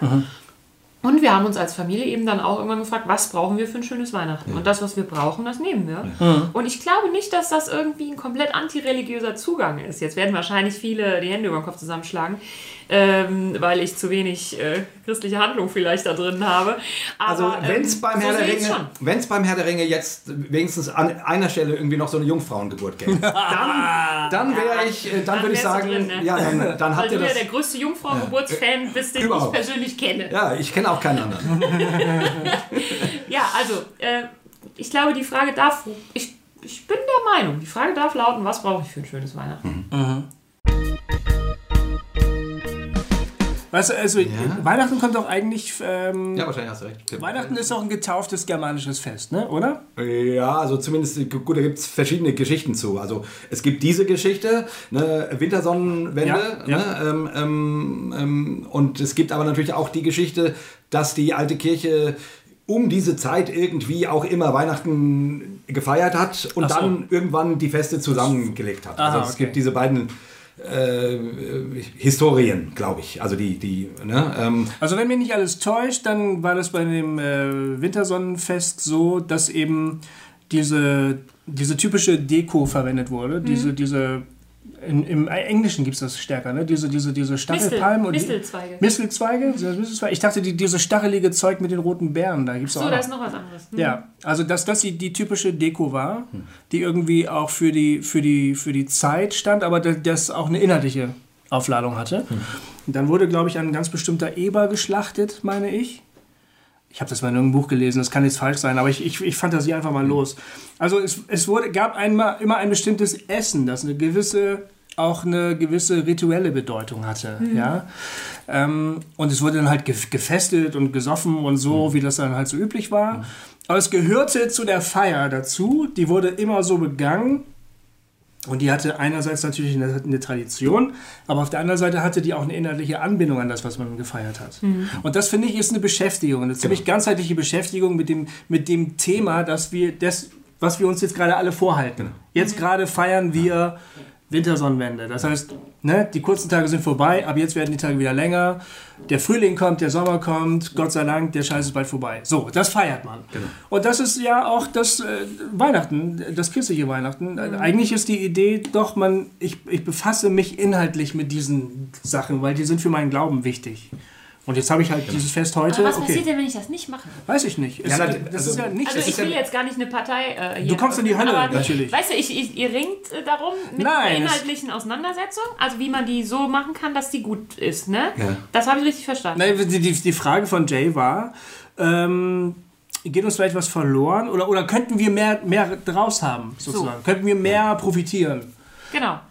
Und wir haben uns als Familie eben dann auch irgendwann gefragt, was brauchen wir für ein schönes Weihnachten? Ja. Und das, was wir brauchen, das nehmen wir. Ja. Und ich glaube nicht, dass das irgendwie ein komplett antireligiöser Zugang ist. Jetzt werden wahrscheinlich viele die Hände über den Kopf zusammenschlagen, weil ich zu wenig christliche Handlung vielleicht da drin habe. Aber, also wenn es beim Herr der Ringe jetzt wenigstens an einer Stelle irgendwie noch so eine Jungfrauengeburt gäbe, dann würde ich sagen, drin, ne? dann habt ihr das. Weil du ja der größte Jungfrauengeburtsfan bist, den ich persönlich kenne. Ja, ich kenne auch keinen anderen. Ja, also ich glaube, die Frage darf, ich bin der Meinung, die Frage darf lauten, was brauche ich für ein schönes Weihnachten? Weißt du, also Weihnachten kommt doch eigentlich... ja, wahrscheinlich hast du recht. Weihnachten ist doch ein getauftes germanisches Fest, ne? Oder? Ja, also zumindest, gut, da gibt es verschiedene Geschichten zu. Also es gibt diese Geschichte, ne, Wintersonnenwende, ne, und es gibt aber natürlich auch die Geschichte, dass die alte Kirche um diese Zeit irgendwie auch immer Weihnachten gefeiert hat und dann irgendwann die Feste zusammengelegt hat. Aha, also es gibt diese beiden Historien, glaube ich. Also Also wenn mich nicht alles täuscht, dann war das bei dem Wintersonnenfest so, dass eben diese typische Deko verwendet wurde. Im Englischen gibt es das stärker, ne? Diese Stachelpalmen und Mistelzweige. Ich dachte, diese stachelige Zeug mit den roten Beeren, da gibt es auch. So, da ist noch was anderes. Ja, also dass das die typische Deko war, die irgendwie auch für die Zeit stand, aber das auch eine inhaltliche Aufladung hatte. Und dann wurde, glaube ich, ein ganz bestimmter Eber geschlachtet, meine ich. Ich habe das mal in irgendeinem Buch gelesen, das kann jetzt falsch sein, aber ich fantasiere einfach mal los. Also gab immer ein bestimmtes Essen, das eine gewisse rituelle Bedeutung hatte. Ja? Und es wurde dann halt gefestet und gesoffen und so, wie das dann halt so üblich war. Aber es gehörte zu der Feier dazu, die wurde immer so begangen. Und die hatte einerseits natürlich eine Tradition, aber auf der anderen Seite hatte die auch eine inhaltliche Anbindung an das, was man gefeiert hat. Und das, finde ich, ist eine Beschäftigung, eine ziemlich ganzheitliche Beschäftigung mit dem Thema, was wir uns jetzt gerade alle vorhalten. Jetzt gerade feiern wir Wintersonnenwende. Das heißt, ne, die kurzen Tage sind vorbei, ab jetzt werden die Tage wieder länger. Der Frühling kommt, der Sommer kommt, Gott sei Dank, der Scheiß ist bald vorbei. So, das feiert man. Genau. Und das ist ja auch das Weihnachten, das christliche Weihnachten. Eigentlich ist die Idee doch, ich befasse mich inhaltlich mit diesen Sachen, weil die sind für meinen Glauben wichtig. Und jetzt habe ich halt dieses Fest heute. Aber was passiert denn, wenn ich das nicht mache? Weiß ich nicht. Das ist ja nichts. Also ich will jetzt gar nicht eine Partei hier. Du kommst in die Hölle, aber natürlich. Weißt du, ihr ringt darum mit der inhaltlichen Auseinandersetzung, also wie man die so machen kann, dass die gut ist, ne? Ja. Das habe ich richtig verstanden. Nein, die Frage von Jay war, geht uns vielleicht was verloren? Oder könnten wir mehr draus haben, sozusagen? So. Könnten wir mehr profitieren? Genau.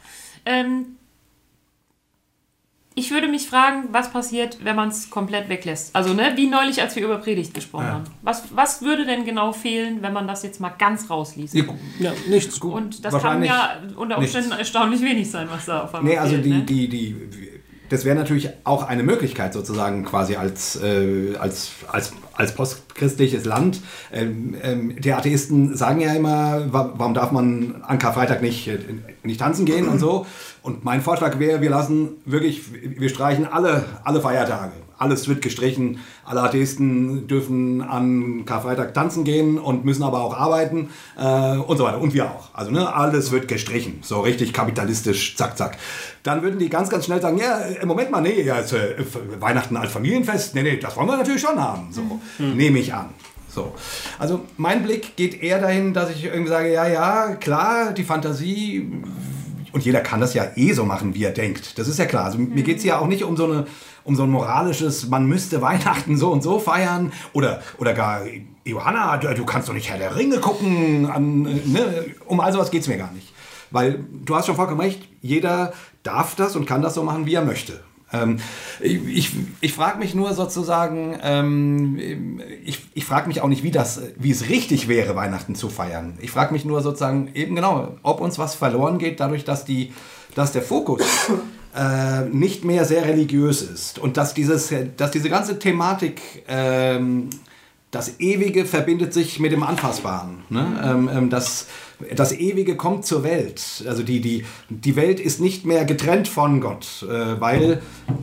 Ich würde mich fragen, was passiert, wenn man es komplett weglässt. Also, ne, wie neulich, als wir über Predigt gesprochen haben. Was würde denn genau fehlen, wenn man das jetzt mal ganz rausließ? Ja, nichts. Und das kann ja unter Umständen erstaunlich wenig sein, was da auf einmal fehlt. Nee, also das wäre natürlich auch eine Möglichkeit, sozusagen quasi als postchristliches Land. Die Atheisten sagen ja immer, warum darf man an Karfreitag nicht tanzen gehen und so. Und mein Vorschlag wäre, wir streichen alle Feiertage. Alles wird gestrichen. Alle Atheisten dürfen an Karfreitag tanzen gehen und müssen aber auch arbeiten und so weiter. Und wir auch. Also alles wird gestrichen. So richtig kapitalistisch, zack, zack. Dann würden die ganz, ganz schnell sagen, ja, Moment mal, nee, Weihnachten als Familienfest, nee, das wollen wir natürlich schon haben. So, nehme ich an. So. Also mein Blick geht eher dahin, dass ich irgendwie sage, ja, klar, die Fantasie... Und jeder kann das ja so machen, wie er denkt. Das ist ja klar. Also mir geht es ja auch nicht um so ein moralisches, man müsste Weihnachten so und so feiern. Oder gar, Johanna, du kannst doch nicht Herr der Ringe gucken. Um all sowas geht es mir gar nicht. Weil du hast schon vollkommen recht, jeder darf das und kann das so machen, wie er möchte. Ich frage mich nur sozusagen, ich frage mich auch nicht, wie es richtig wäre, Weihnachten zu feiern. Ich frage mich nur sozusagen eben genau, ob uns was verloren geht, dadurch, dass der Fokus nicht mehr sehr religiös ist und dass diese ganze Thematik, das Ewige verbindet sich mit dem Anfassbaren. Ne? Das Ewige kommt zur Welt. Also die Welt ist nicht mehr getrennt von Gott, weil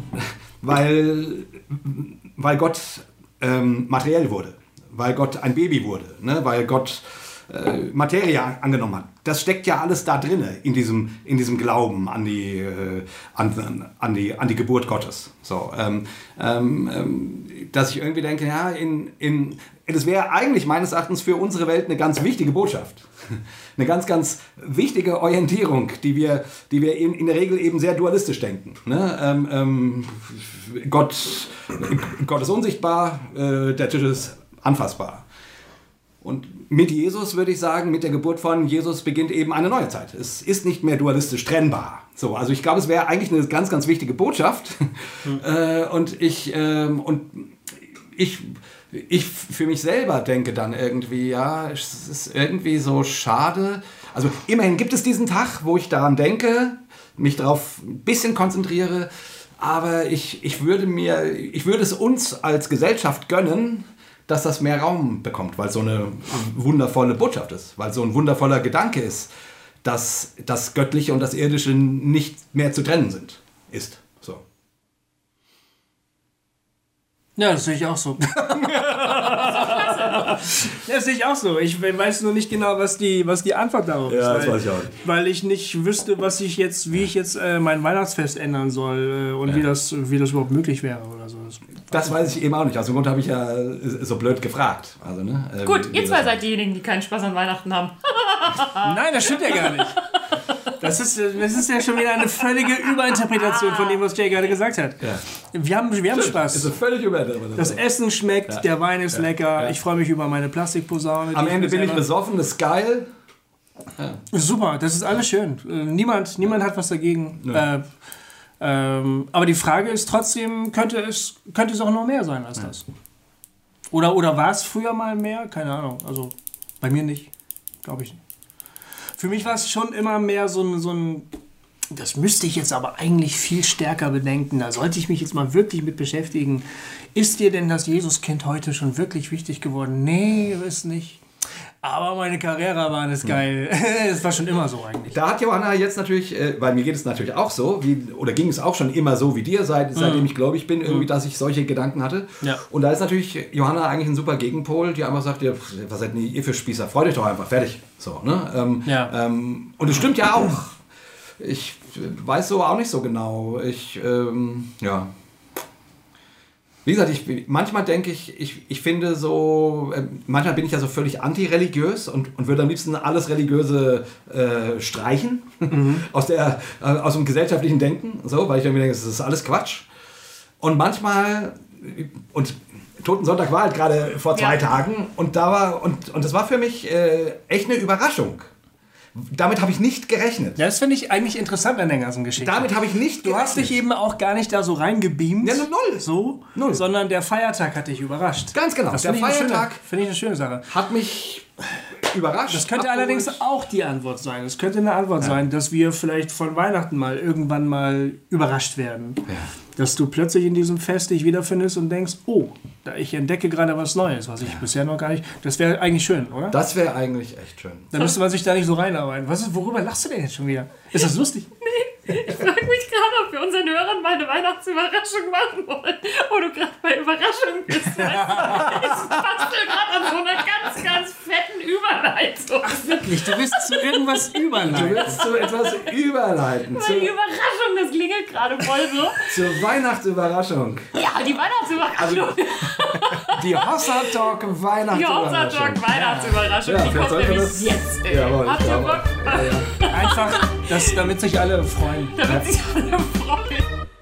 Gott materiell wurde, weil Gott ein Baby wurde, ne? Weil Gott Materie angenommen hat. Das steckt ja alles da drin, in diesem Glauben an die Geburt Gottes. So, dass ich irgendwie denke, ja, das wäre eigentlich meines Erachtens für unsere Welt eine ganz wichtige Botschaft. Eine ganz, ganz wichtige Orientierung, die wir in der Regel eben sehr dualistisch denken. Ne? Gott ist unsichtbar, der Tisch ist anfassbar. Und mit Jesus würde ich sagen, mit der Geburt von Jesus beginnt eben eine neue Zeit. Es ist nicht mehr dualistisch trennbar. So, also ich glaube, es wäre eigentlich eine ganz, ganz wichtige Botschaft. Und ich für mich selber denke dann irgendwie, ja, es ist irgendwie so schade. Also immerhin gibt es diesen Tag, wo ich daran denke, mich darauf ein bisschen konzentriere, aber ich würde es uns als Gesellschaft gönnen, dass das mehr Raum bekommt, weil es so eine wundervolle Botschaft ist, weil es so ein wundervoller Gedanke ist, dass das Göttliche und das Irdische nicht mehr zu trennen ist. So. Ja, das sehe ich auch so. Das sehe ich auch so. Ich weiß nur nicht genau, was die Antwort darauf ist. Ja, das weiß ich auch nicht. Weil ich nicht wüsste, wie ich jetzt mein Weihnachtsfest ändern soll und wie das überhaupt möglich wäre oder so. Das weiß ich eben auch nicht. Aus dem Grund habe ich ja so blöd gefragt. Also, ne? Gut, ihr zwei seid diejenigen, die keinen Spaß an Weihnachten haben. Nein, das stimmt ja gar nicht. Das ist ja schon wieder eine völlige Überinterpretation von dem, was Jay gerade gesagt hat. Ja. Wir haben Spaß. Das ist völlig Überinterpretation. Das Essen schmeckt, der Wein ist lecker. Ja. Ich freue mich über meine Plastikposaune. Am Ende bin ich besoffen, das ist geil. Ja. Super, das ist alles schön. Niemand hat was dagegen. Ja. Aber die Frage ist trotzdem, könnte es auch noch mehr sein als das? Oder war es früher mal mehr? Keine Ahnung. Also bei mir nicht. Glaube ich nicht. Für mich war es schon immer mehr so ein... Das müsste ich jetzt aber eigentlich viel stärker bedenken. Da sollte ich mich jetzt mal wirklich mit beschäftigen. Ist dir denn das Jesuskind heute schon wirklich wichtig geworden? Nee, ist nicht. Aber meine Carrera-Bahn ist geil. Es war schon immer so eigentlich. Da hat Johanna jetzt natürlich, weil mir geht es natürlich auch so, oder ging es auch schon immer so wie dir, seitdem ich glaube ich bin, irgendwie, dass ich solche Gedanken hatte. Ja. Und da ist natürlich Johanna eigentlich ein super Gegenpol, die einfach sagt, ja, was seid ihr für Spießer? Freut euch doch einfach, fertig. So, ne? Und es stimmt ja auch. Ich weiß so auch nicht so genau. Wie gesagt, manchmal denke ich finde so, manchmal bin ich ja so völlig antireligiös und würde am liebsten alles Religiöse streichen aus dem gesellschaftlichen Denken, so, weil ich mir denke, das ist alles Quatsch. Und manchmal, und Totensonntag war halt gerade vor 2 Tagen und das war für mich echt eine Überraschung. Damit habe ich nicht gerechnet. Ja, das finde ich eigentlich interessant an der ganzen Geschichte. Damit habe ich nicht gerechnet. Du hast dich eben auch gar nicht da so reingebeamt. Ja, null. So, Null. Sondern der Feiertag hat dich überrascht. Ganz genau. Das Der finde Feiertag ich eine schöne Sache. hat mich überrascht. Das könnte allerdings auch die Antwort sein. Es könnte eine Antwort sein, dass wir vielleicht von Weihnachten irgendwann mal überrascht werden. Ja. Dass du plötzlich in diesem Fest dich wiederfindest und denkst, oh, ich entdecke gerade was Neues, was ich bisher noch gar nicht... Das wäre eigentlich schön, oder? Das wäre eigentlich echt schön. Dann müsste man sich da nicht so reinarbeiten. Worüber lachst du denn jetzt schon wieder? Ist das lustig? Ich frage mich gerade, ob wir unseren Hörern mal eine Weihnachtsüberraschung machen wollen. Wo du gerade bei Überraschung bist. Weißt du? Ich bastel gerade an so einer ganz, ganz fetten Überleitung. Ach wirklich, du willst zu irgendwas überleiten. Du willst zu etwas überleiten. Weil die Überraschung, das klingelt gerade voll so. Zur Weihnachtsüberraschung. Ja, die Weihnachtsüberraschung. Die Hossa Talk Die Weihnachtsüberraschung. Hossa Talk Weihnachtsüberraschung. Ja, Die vielleicht kommt sollten wir nämlich das- jetzt. Jawohl, Habt ihr jawohl. Bock? Einfach, damit sich alle freuen. Damit sich alle freuen.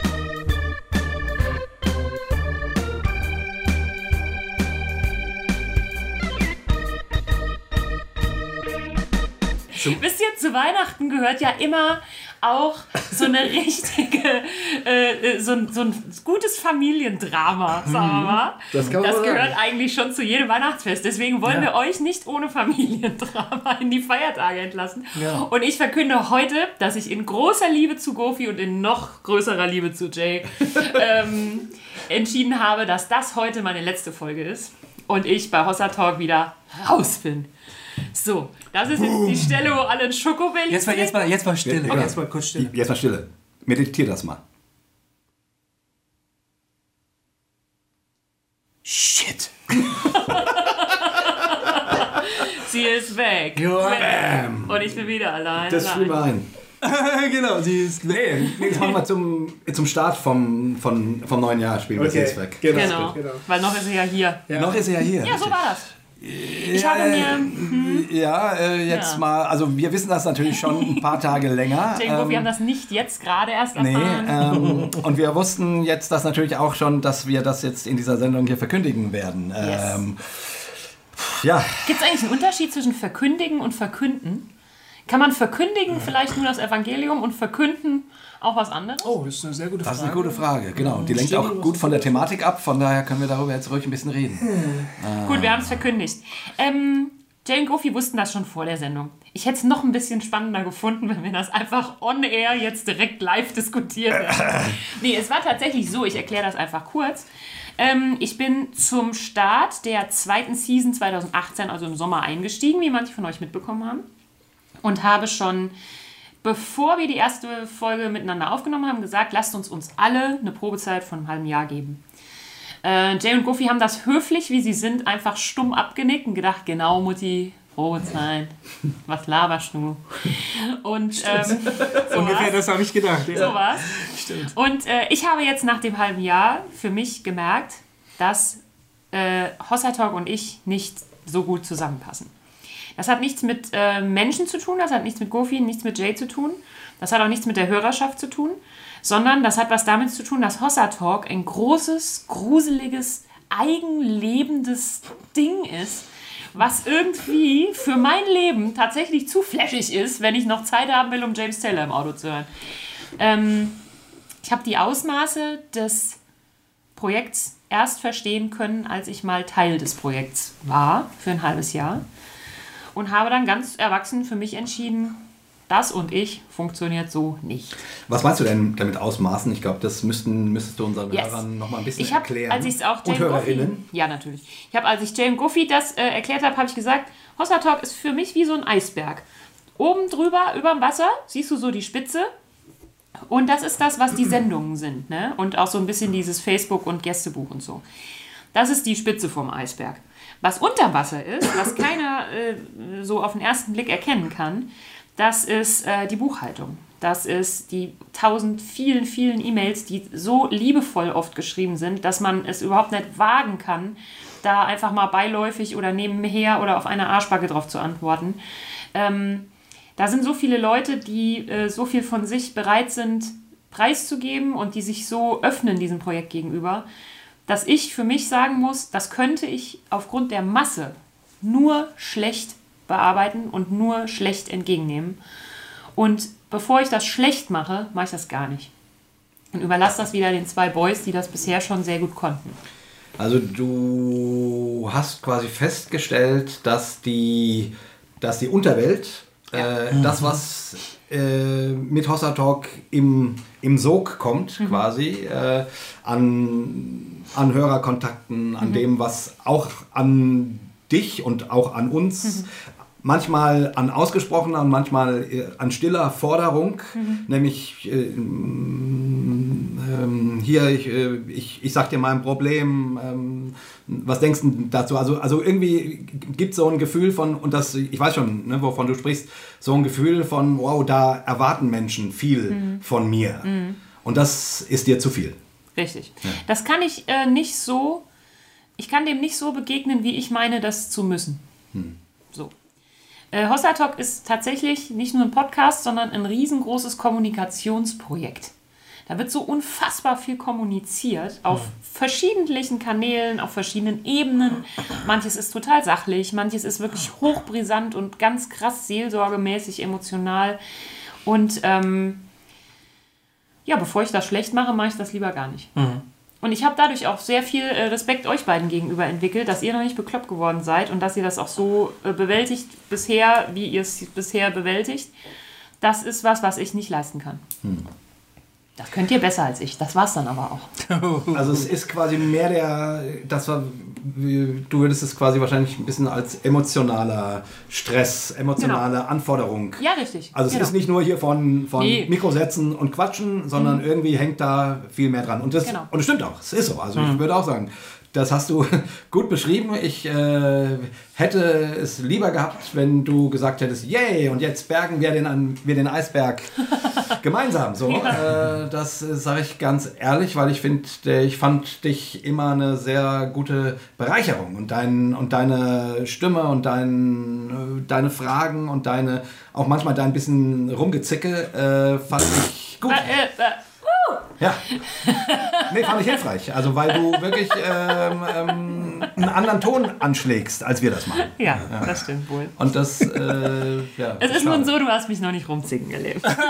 Wisst ihr, zu Weihnachten gehört ja immer auch so eine richtige, so ein gutes Familiendrama, sagen wir mal. Das kann man Das so gehört sagen. eigentlich schon zu jedem Weihnachtsfest. Deswegen wollen wir euch nicht ohne Familiendrama in die Feiertage entlassen. Ja. Und ich verkünde heute, dass ich in großer Liebe zu Gofi und in noch größerer Liebe zu Jay entschieden habe, dass das heute meine letzte Folge ist und ich bei Hossa Talk wieder raus bin. So, das ist jetzt die Stelle, wo alle ein Schokobelly Jetzt mal Stille. Okay. Jetzt mal kurz Stille. Jetzt mal Stille. Meditier das mal. Shit. Sie ist weg. Ja, Weg. Und ich bin wieder allein. Das fiel mir ein. genau, sie ist weg. Nee, jetzt machen wir zum Start vom neuen Jahr. Spielen wir das jetzt weg. Genau, weil noch ist sie ja hier. Ja. Noch ist er ja hier. Ja, so war das. Ich habe mir... Jetzt mal, also wir wissen das natürlich schon ein paar Tage länger. Irgendwo, wir haben das nicht jetzt gerade erst Nee, erfahren. und wir wussten jetzt das natürlich auch schon, dass wir das jetzt in dieser Sendung hier verkündigen werden. Yes. Ja, Gibt es eigentlich einen Unterschied zwischen verkündigen und verkünden? Kann man verkündigen vielleicht nur das Evangelium und verkünden auch was anderes? Oh, das ist eine sehr gute Frage. das ist eine gute Frage. Genau, die lenkt Stell dir auch was gut von der Thematik ab. Von daher können wir darüber jetzt ruhig ein bisschen reden. Gut, wir haben es verkündigt. Jay und Gofi wussten das schon vor der Sendung. Ich hätte es noch ein bisschen spannender gefunden, wenn wir das einfach on air jetzt direkt live diskutiert hätten. Nee, es war tatsächlich so, ich erkläre das einfach kurz. Ich bin zum Start der 2. Season 2018, also im Sommer, eingestiegen, wie manche von euch mitbekommen haben. Und habe schon, bevor wir die erste Folge miteinander aufgenommen haben, gesagt, lasst uns alle eine Probezeit von einem halben Jahr geben. Jay und Gofi haben das höflich, wie sie sind, einfach stumm abgenickt und gedacht, genau, Mutti, Probezeit, was laberst du? Und Ungefähr das habe ich gedacht. Ja. sowas. Stimmt. Und ich habe jetzt nach dem halben Jahr für mich gemerkt, dass Hossa Talk und ich nicht so gut zusammenpassen. Das hat nichts mit Menschen zu tun, das hat nichts mit Gofi, nichts mit Jay zu tun. Das hat auch nichts mit der Hörerschaft zu tun, sondern das hat was damit zu tun, dass Hossa Talk ein großes, gruseliges, eigenlebendes Ding ist, was irgendwie für mein Leben tatsächlich zu flashig ist, wenn ich noch Zeit haben will, um James Taylor im Auto zu hören. Ich habe die Ausmaße des Projekts erst verstehen können, als ich mal Teil des Projekts war, für ein halbes Jahr. Und habe dann ganz erwachsen für mich entschieden, das und ich funktioniert so nicht. Was meinst du denn damit ausmaßen? Ich glaube, das müsstest du unseren Hörern noch mal ein bisschen Ich habe, erklären. als ich es auch Und Jay und Gofi, Hörerinnen. ja natürlich, als ich Jay und Gofi das erklärt habe, habe ich gesagt, Hossa Talk ist für mich wie so ein Eisberg. Oben drüber, über dem Wasser, siehst du so die Spitze. Und das ist das, was die Sendungen sind. Ne? Und auch so ein bisschen dieses Facebook und Gästebuch und so. Das ist die Spitze vom Eisberg. Was unter Wasser ist, was keiner so auf den ersten Blick erkennen kann, Das ist die Buchhaltung. Das ist die 1000 vielen E-Mails, die so liebevoll oft geschrieben sind, dass man es überhaupt nicht wagen kann, da einfach mal beiläufig oder nebenher oder auf eine Arschbacke drauf zu antworten. Da sind so viele Leute, die so viel von sich bereit sind, preiszugeben und die sich so öffnen diesem Projekt gegenüber, dass ich für mich sagen muss, das könnte ich aufgrund der Masse nur schlecht bearbeiten und nur schlecht entgegennehmen. Und bevor ich das schlecht mache, mache ich das gar nicht. Und überlasse das wieder den 2 Boys, die das bisher schon sehr gut konnten. Also du hast quasi festgestellt, dass die Unterwelt, das was mit Hossa Talk im Sog kommt, quasi, an Hörerkontakten, an dem, was auch an dich und auch an uns manchmal an ausgesprochener und manchmal an stiller Forderung, nämlich hier, ich sag dir mal ein Problem, was denkst du dazu? Also irgendwie gibt es so ein Gefühl von, und das, ich weiß schon, ne, wovon du sprichst, so ein Gefühl von, wow, da erwarten Menschen viel von mir. Und das ist dir zu viel. Richtig. Ja. Das kann ich nicht so, ich kann dem nicht so begegnen, wie ich meine, das zu müssen. So. Hossa Talk ist tatsächlich nicht nur ein Podcast, sondern ein riesengroßes Kommunikationsprojekt. Da wird so unfassbar viel kommuniziert auf verschiedentlichen Kanälen, auf verschiedenen Ebenen. Manches ist total sachlich, manches ist wirklich hochbrisant und ganz krass seelsorgemäßig, emotional. Und bevor ich das schlecht mache, mache ich das lieber gar nicht. Und ich habe dadurch auch sehr viel Respekt euch beiden gegenüber entwickelt, dass ihr noch nicht bekloppt geworden seid und dass ihr das auch so bewältigt bisher, wie ihr es bisher bewältigt. Das ist was ich nicht leisten kann. Das könnt ihr besser als ich. Das war's dann aber auch. Also es ist quasi mehr du würdest es quasi wahrscheinlich ein bisschen als emotionaler Stress, emotionale Anforderung. Ja, richtig. Also es ist nicht nur hier von Mikro setzen und quatschen, sondern irgendwie hängt da viel mehr dran. Und das stimmt auch. Es ist so. Also ich würde auch sagen, das hast du gut beschrieben. Ich hätte es lieber gehabt, wenn du gesagt hättest, yay, und jetzt bergen wir den Eisberg gemeinsam. So, das sage ich ganz ehrlich, weil ich fand dich immer eine sehr gute Bereicherung. Und deine Stimme und deine Fragen und auch manchmal dein bisschen Rumgezicke fand ich gut. Ja, nee, fand ich hilfreich. Also weil du wirklich einen anderen Ton anschlägst, als wir das machen. Ja, das stimmt wohl. Und das, Es ist nun so, du hast mich noch nicht rumzicken erlebt. Das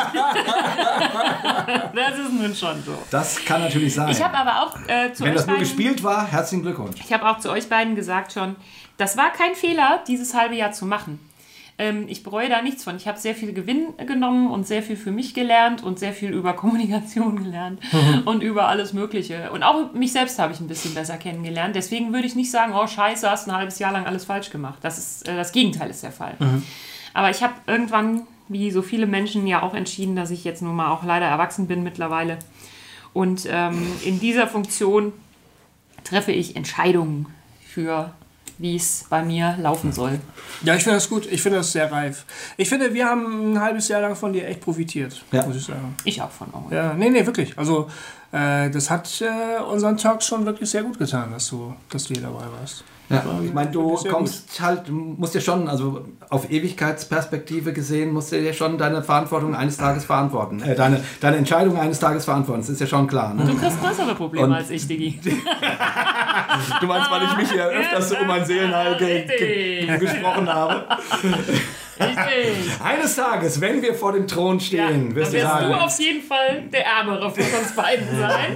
ist nun schon so. Das kann natürlich sein. Ich habe aber auch Wenn das nur gespielt war, herzlichen Glückwunsch. Ich habe auch zu euch beiden gesagt schon, das war kein Fehler, dieses halbe Jahr zu machen. Ich bereue da nichts von. Ich habe sehr viel Gewinn genommen und sehr viel für mich gelernt und sehr viel über Kommunikation gelernt und über alles Mögliche. Und auch mich selbst habe ich ein bisschen besser kennengelernt. Deswegen würde ich nicht sagen, oh scheiße, hast ein halbes Jahr lang alles falsch gemacht. Das Gegenteil ist der Fall. Aber ich habe irgendwann, wie so viele Menschen, ja auch entschieden, dass ich jetzt nun mal auch leider erwachsen bin mittlerweile. Und in dieser Funktion treffe ich Entscheidungen für wie es bei mir laufen soll. Ja, ich finde das gut. Ich finde das sehr reif. Ich finde, wir haben ein halbes Jahr lang von dir echt profitiert, muss ich sagen. Ich auch von euch. Ja, nee, wirklich. Also, das hat unseren Talks schon wirklich sehr gut getan, dass du hier dabei warst. Ja, ich meine, du musst ja schon, also auf Ewigkeitsperspektive gesehen, musst du ja schon deine Verantwortung eines Tages verantworten. Deine Entscheidung eines Tages verantworten, das ist ja schon klar. Ne? Du kriegst größere Probleme als ich, Diggi. Du meinst, weil ich mich hier öfters so um mein Seelenheil gesprochen habe? Richtig. Eines Tages, wenn wir vor dem Thron stehen, wirst du sagen... du auf jeden Fall der Ärmere von uns beiden sein.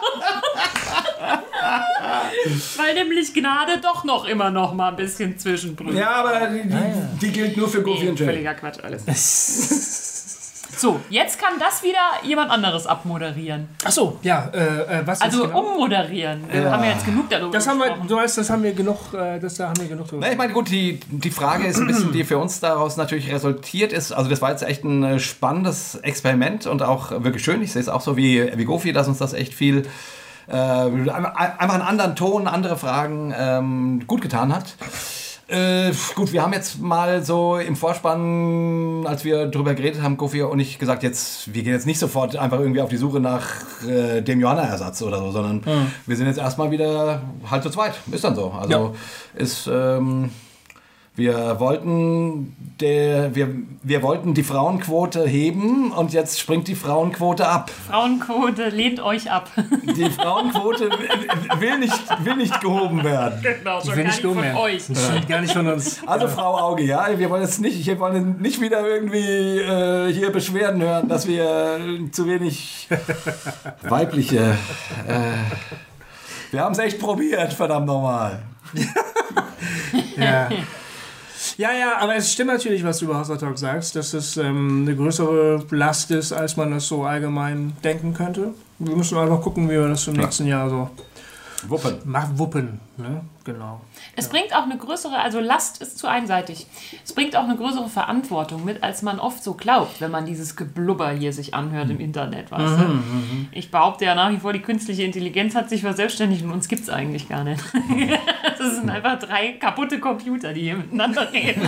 Weil nämlich Gnade doch immer noch mal ein bisschen zwischenbrüht. Ja, aber die gilt nur für Goofy und Jay. Völliger Quatsch alles. So, jetzt kann das wieder jemand anderes abmoderieren. Ach so, ja. Was also genau? Ummoderieren. Haben wir jetzt genug darüber gesprochen. Du weißt, das haben wir genug darüber. Na, ich meine, gut, die Frage ist ein bisschen, die für uns daraus natürlich resultiert ist. Also das war jetzt echt ein spannendes Experiment und auch wirklich schön. Ich sehe es auch so wie Goofy, dass uns das echt viel... einfach einen anderen Ton, andere Fragen gut getan hat. Gut, wir haben jetzt mal so im Vorspann, als wir drüber geredet haben, Kofi und ich gesagt, wir gehen jetzt nicht sofort einfach irgendwie auf die Suche nach dem Johanna-Ersatz oder so, sondern wir sind jetzt erstmal wieder halt zu zweit. Ist dann so. Also ist... Wir wollten die Frauenquote heben und jetzt springt die Frauenquote ab. Frauenquote lehnt euch ab. Die Frauenquote will nicht gehoben werden. Genau, schon will gar nicht nicht von mehr. euch. Gar nicht von uns. Also Frau Auge, ja, wir wollen nicht wieder irgendwie hier Beschwerden hören, dass wir zu wenig weibliche... wir haben es echt probiert, verdammt nochmal. Ja. Ja, aber es stimmt natürlich, was du über Hossa Talk sagst, dass es eine größere Last ist, als man das so allgemein denken könnte. Wir müssen einfach gucken, wie wir das im nächsten Jahr so wuppen. Ne? Genau. Es bringt auch eine größere, also Last ist zu einseitig. Es bringt auch eine größere Verantwortung mit, als man oft so glaubt, wenn man dieses Geblubber hier sich anhört im Internet. Weißt du? Ich behaupte ja nach wie vor, die künstliche Intelligenz hat sich verselbstständigt und uns gibt es eigentlich gar nicht. Das sind einfach 3 kaputte Computer, die hier miteinander reden.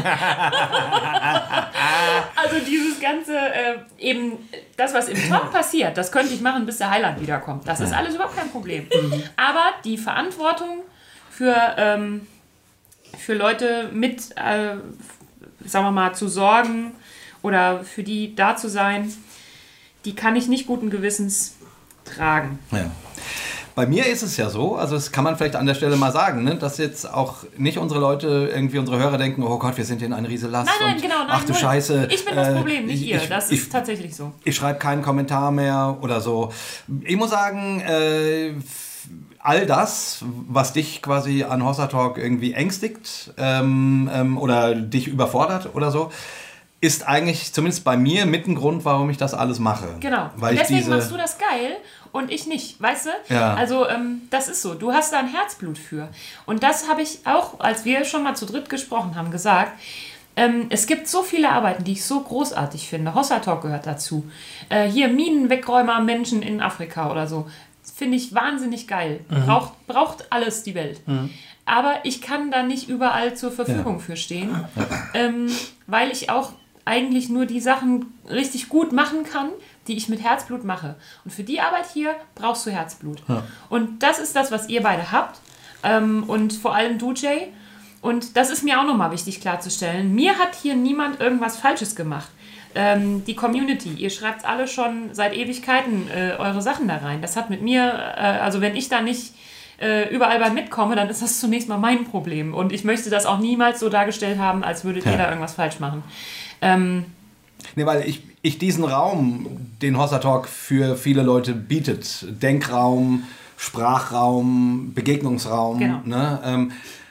Also dieses ganze, eben das, was im Talk passiert, das könnte ich machen, bis der Heiland wiederkommt. Das ist alles überhaupt kein Problem. Aber die Verantwortung für Leute mit, sagen wir mal, zu sorgen oder für die da zu sein, die kann ich nicht guten Gewissens tragen. Ja. Bei mir ist es ja so, also das kann man vielleicht an der Stelle mal sagen, ne, dass jetzt auch nicht unsere Leute, irgendwie unsere Hörer denken, oh Gott, wir sind hier in eine riese Last. Nein, ach du Scheiße. Ich bin das Problem, nicht ihr. Das ist tatsächlich so. Ich schreibe keinen Kommentar mehr oder so. Ich muss sagen, all das, was dich quasi an Hossa Talk irgendwie ängstigt oder dich überfordert oder so, ist eigentlich zumindest bei mir mit ein Grund, warum ich das alles mache. Genau. Weil deswegen machst du das geil und ich nicht, weißt du? Ja. Also das ist so. Du hast da ein Herzblut für. Und das habe ich auch, als wir schon mal zu dritt gesprochen haben, gesagt. Es gibt so viele Arbeiten, die ich so großartig finde. Hossa Talk gehört dazu. Hier Minenwegräumer Menschen in Afrika oder so. Finde ich wahnsinnig geil. Braucht alles die Welt. Aber ich kann da nicht überall zur Verfügung für stehen, weil ich auch eigentlich nur die Sachen richtig gut machen kann, die ich mit Herzblut mache. Und für die Arbeit hier brauchst du Herzblut. Ja. Und das ist das, was ihr beide habt. Und vor allem du, Jay. Und das ist mir auch nochmal wichtig klarzustellen. Mir hat hier niemand irgendwas Falsches gemacht. Die Community, ihr schreibt alle schon seit Ewigkeiten eure Sachen da rein. Das hat mit mir, also wenn ich da nicht überall bei mitkomme, dann ist das zunächst mal mein Problem. Und ich möchte das auch niemals so dargestellt haben, als würdet ihr da irgendwas falsch machen. Nee, weil ich diesen Raum, den Hossa Talk für viele Leute bietet, Denkraum, Sprachraum, Begegnungsraum, genau. Ne,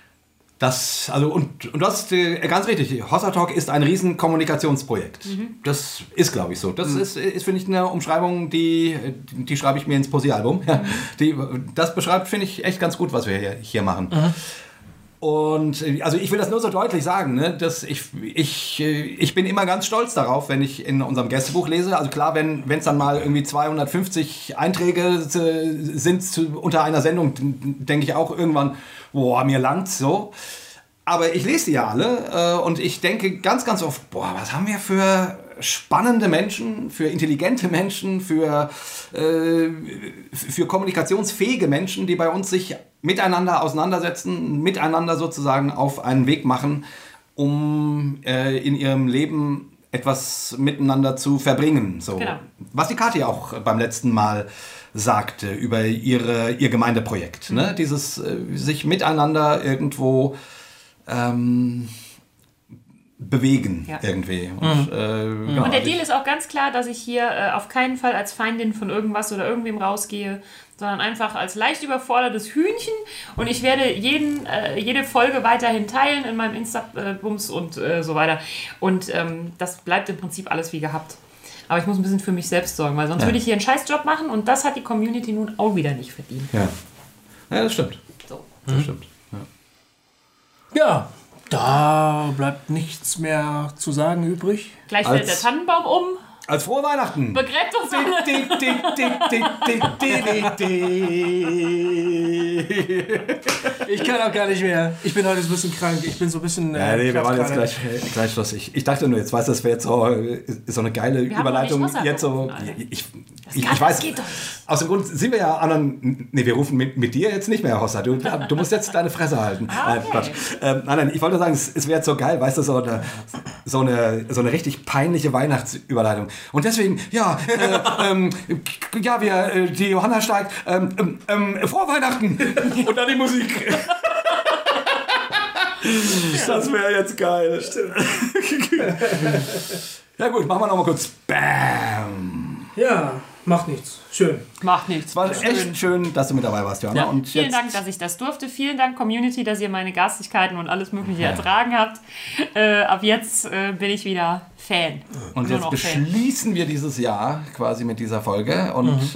und du hast ganz richtig, Hossa Talk ist ein riesen Kommunikationsprojekt. Das ist, glaube ich, so. Das ist finde ich, eine Umschreibung, die schreibe ich mir ins Poesiealbum. Das beschreibt, finde ich, echt ganz gut, was wir hier machen. Und also ich will das nur so deutlich sagen, ne, dass ich bin immer ganz stolz darauf, wenn ich in unserem Gästebuch lese. Also klar, wenn es dann mal irgendwie 250 Einträge sind unter einer Sendung, denke ich auch irgendwann, boah, mir langt's so. Aber ich lese die ja alle und ich denke ganz, ganz oft, boah, was haben wir für spannende Menschen, für intelligente Menschen, für kommunikationsfähige Menschen, die bei uns sich miteinander auseinandersetzen, miteinander sozusagen auf einen Weg machen, um in ihrem Leben etwas miteinander zu verbringen. So. Genau. Was die Kathi auch beim letzten Mal sagte über ihr Gemeindeprojekt. Ne? Dieses sich miteinander irgendwo bewegen irgendwie. Und der Deal ist auch ganz klar, dass ich hier auf keinen Fall als Feindin von irgendwas oder irgendwem rausgehe, sondern einfach als leicht überfordertes Hühnchen und ich werde jede Folge weiterhin teilen in meinem Insta-Bums und so weiter. Und das bleibt im Prinzip alles wie gehabt. Aber ich muss ein bisschen für mich selbst sorgen, weil sonst würde ich hier einen Scheißjob machen und das hat die Community nun auch wieder nicht verdient. Ja, das stimmt. So. Das stimmt. Ja, da bleibt nichts mehr zu sagen übrig. Gleich fällt der Tannenbaum um. Als frohe Weihnachten. Begräbt uns alle. Ich kann auch gar nicht mehr. Ich bin heute ein bisschen krank. Ich bin so ein bisschen... Ja, nee, wir waren jetzt gleich Schluss. Ich dachte nur, jetzt weißt du, das wäre jetzt so eine geile Überleitung. Jetzt so... Ich weiß, aus dem Grund sind wir ja anderen... Nee, wir rufen mit dir jetzt nicht mehr, Hossa. Du musst jetzt deine Fresse halten. Nein, Quatsch. Nein, ich wollte sagen, es wäre jetzt so geil, weißt du, so eine richtig peinliche Weihnachtsüberleitung. Und deswegen, die Johanna steigt, vor Weihnachten und dann die Musik. Das wäre jetzt geil. Ja gut, machen wir nochmal kurz. Bam. Ja, macht nichts. Schön. Macht nichts. War echt schön, dass du mit dabei warst, Johanna. Ja. Und Vielen Dank, dass ich das durfte. Vielen Dank, Community, dass ihr meine Gastigkeiten und alles Mögliche ertragen habt. Ab jetzt bin ich wieder Fan. Und jetzt beschließen wir dieses Jahr quasi mit dieser Folge. Und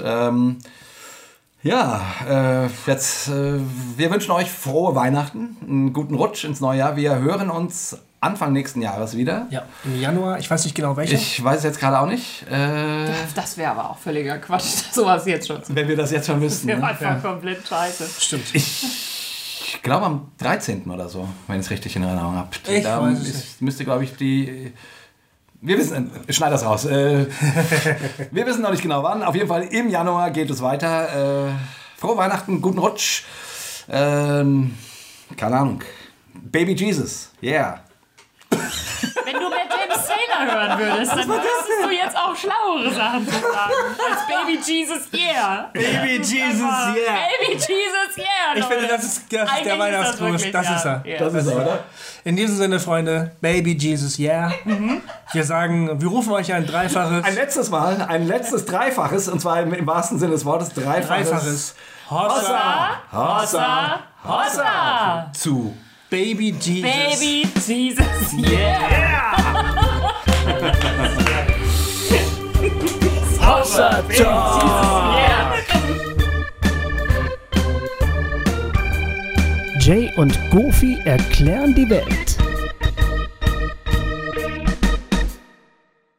wir wünschen euch frohe Weihnachten, einen guten Rutsch ins neue Jahr. Wir hören uns Anfang nächsten Jahres wieder. Ja, im Januar. Ich weiß nicht genau welcher. Ich weiß es jetzt gerade auch nicht. Das wäre aber auch völliger Quatsch, sowas jetzt schon zu. Wenn wir das jetzt schon wüssten. Das wäre einfach komplett scheiße. Stimmt. Ich glaube am 13. oder so, wenn ich es richtig in Erinnerung habe. Ich weiß es nicht. Müsste, glaube ich, wir wissen, schneid das raus. Wir wissen noch nicht genau wann. Auf jeden Fall im Januar geht es weiter. Frohe Weihnachten, guten Rutsch. Keine Ahnung. Baby Jesus, yeah. Wenn du mehr James Taylor hören würdest, dann müsstest du jetzt auch schlauere Sachen zu sagen. Als Baby Jesus, yeah. Baby Jesus, yeah. Baby Jesus, yeah. Ich finde, das ist der Weihnachtsgruß. Das ist er. Ja. Das ist er, oder? In diesem Sinne, Freunde, Baby Jesus, yeah. Wir rufen euch ein Dreifaches. Ein letztes Dreifaches, und zwar im wahrsten Sinne des Wortes Dreifaches. Hossa. Hossa, Hossa. Zu Baby Jesus. Baby Jesus, yeah. Hossa. Yeah. Jay und Goofy erklären die Welt.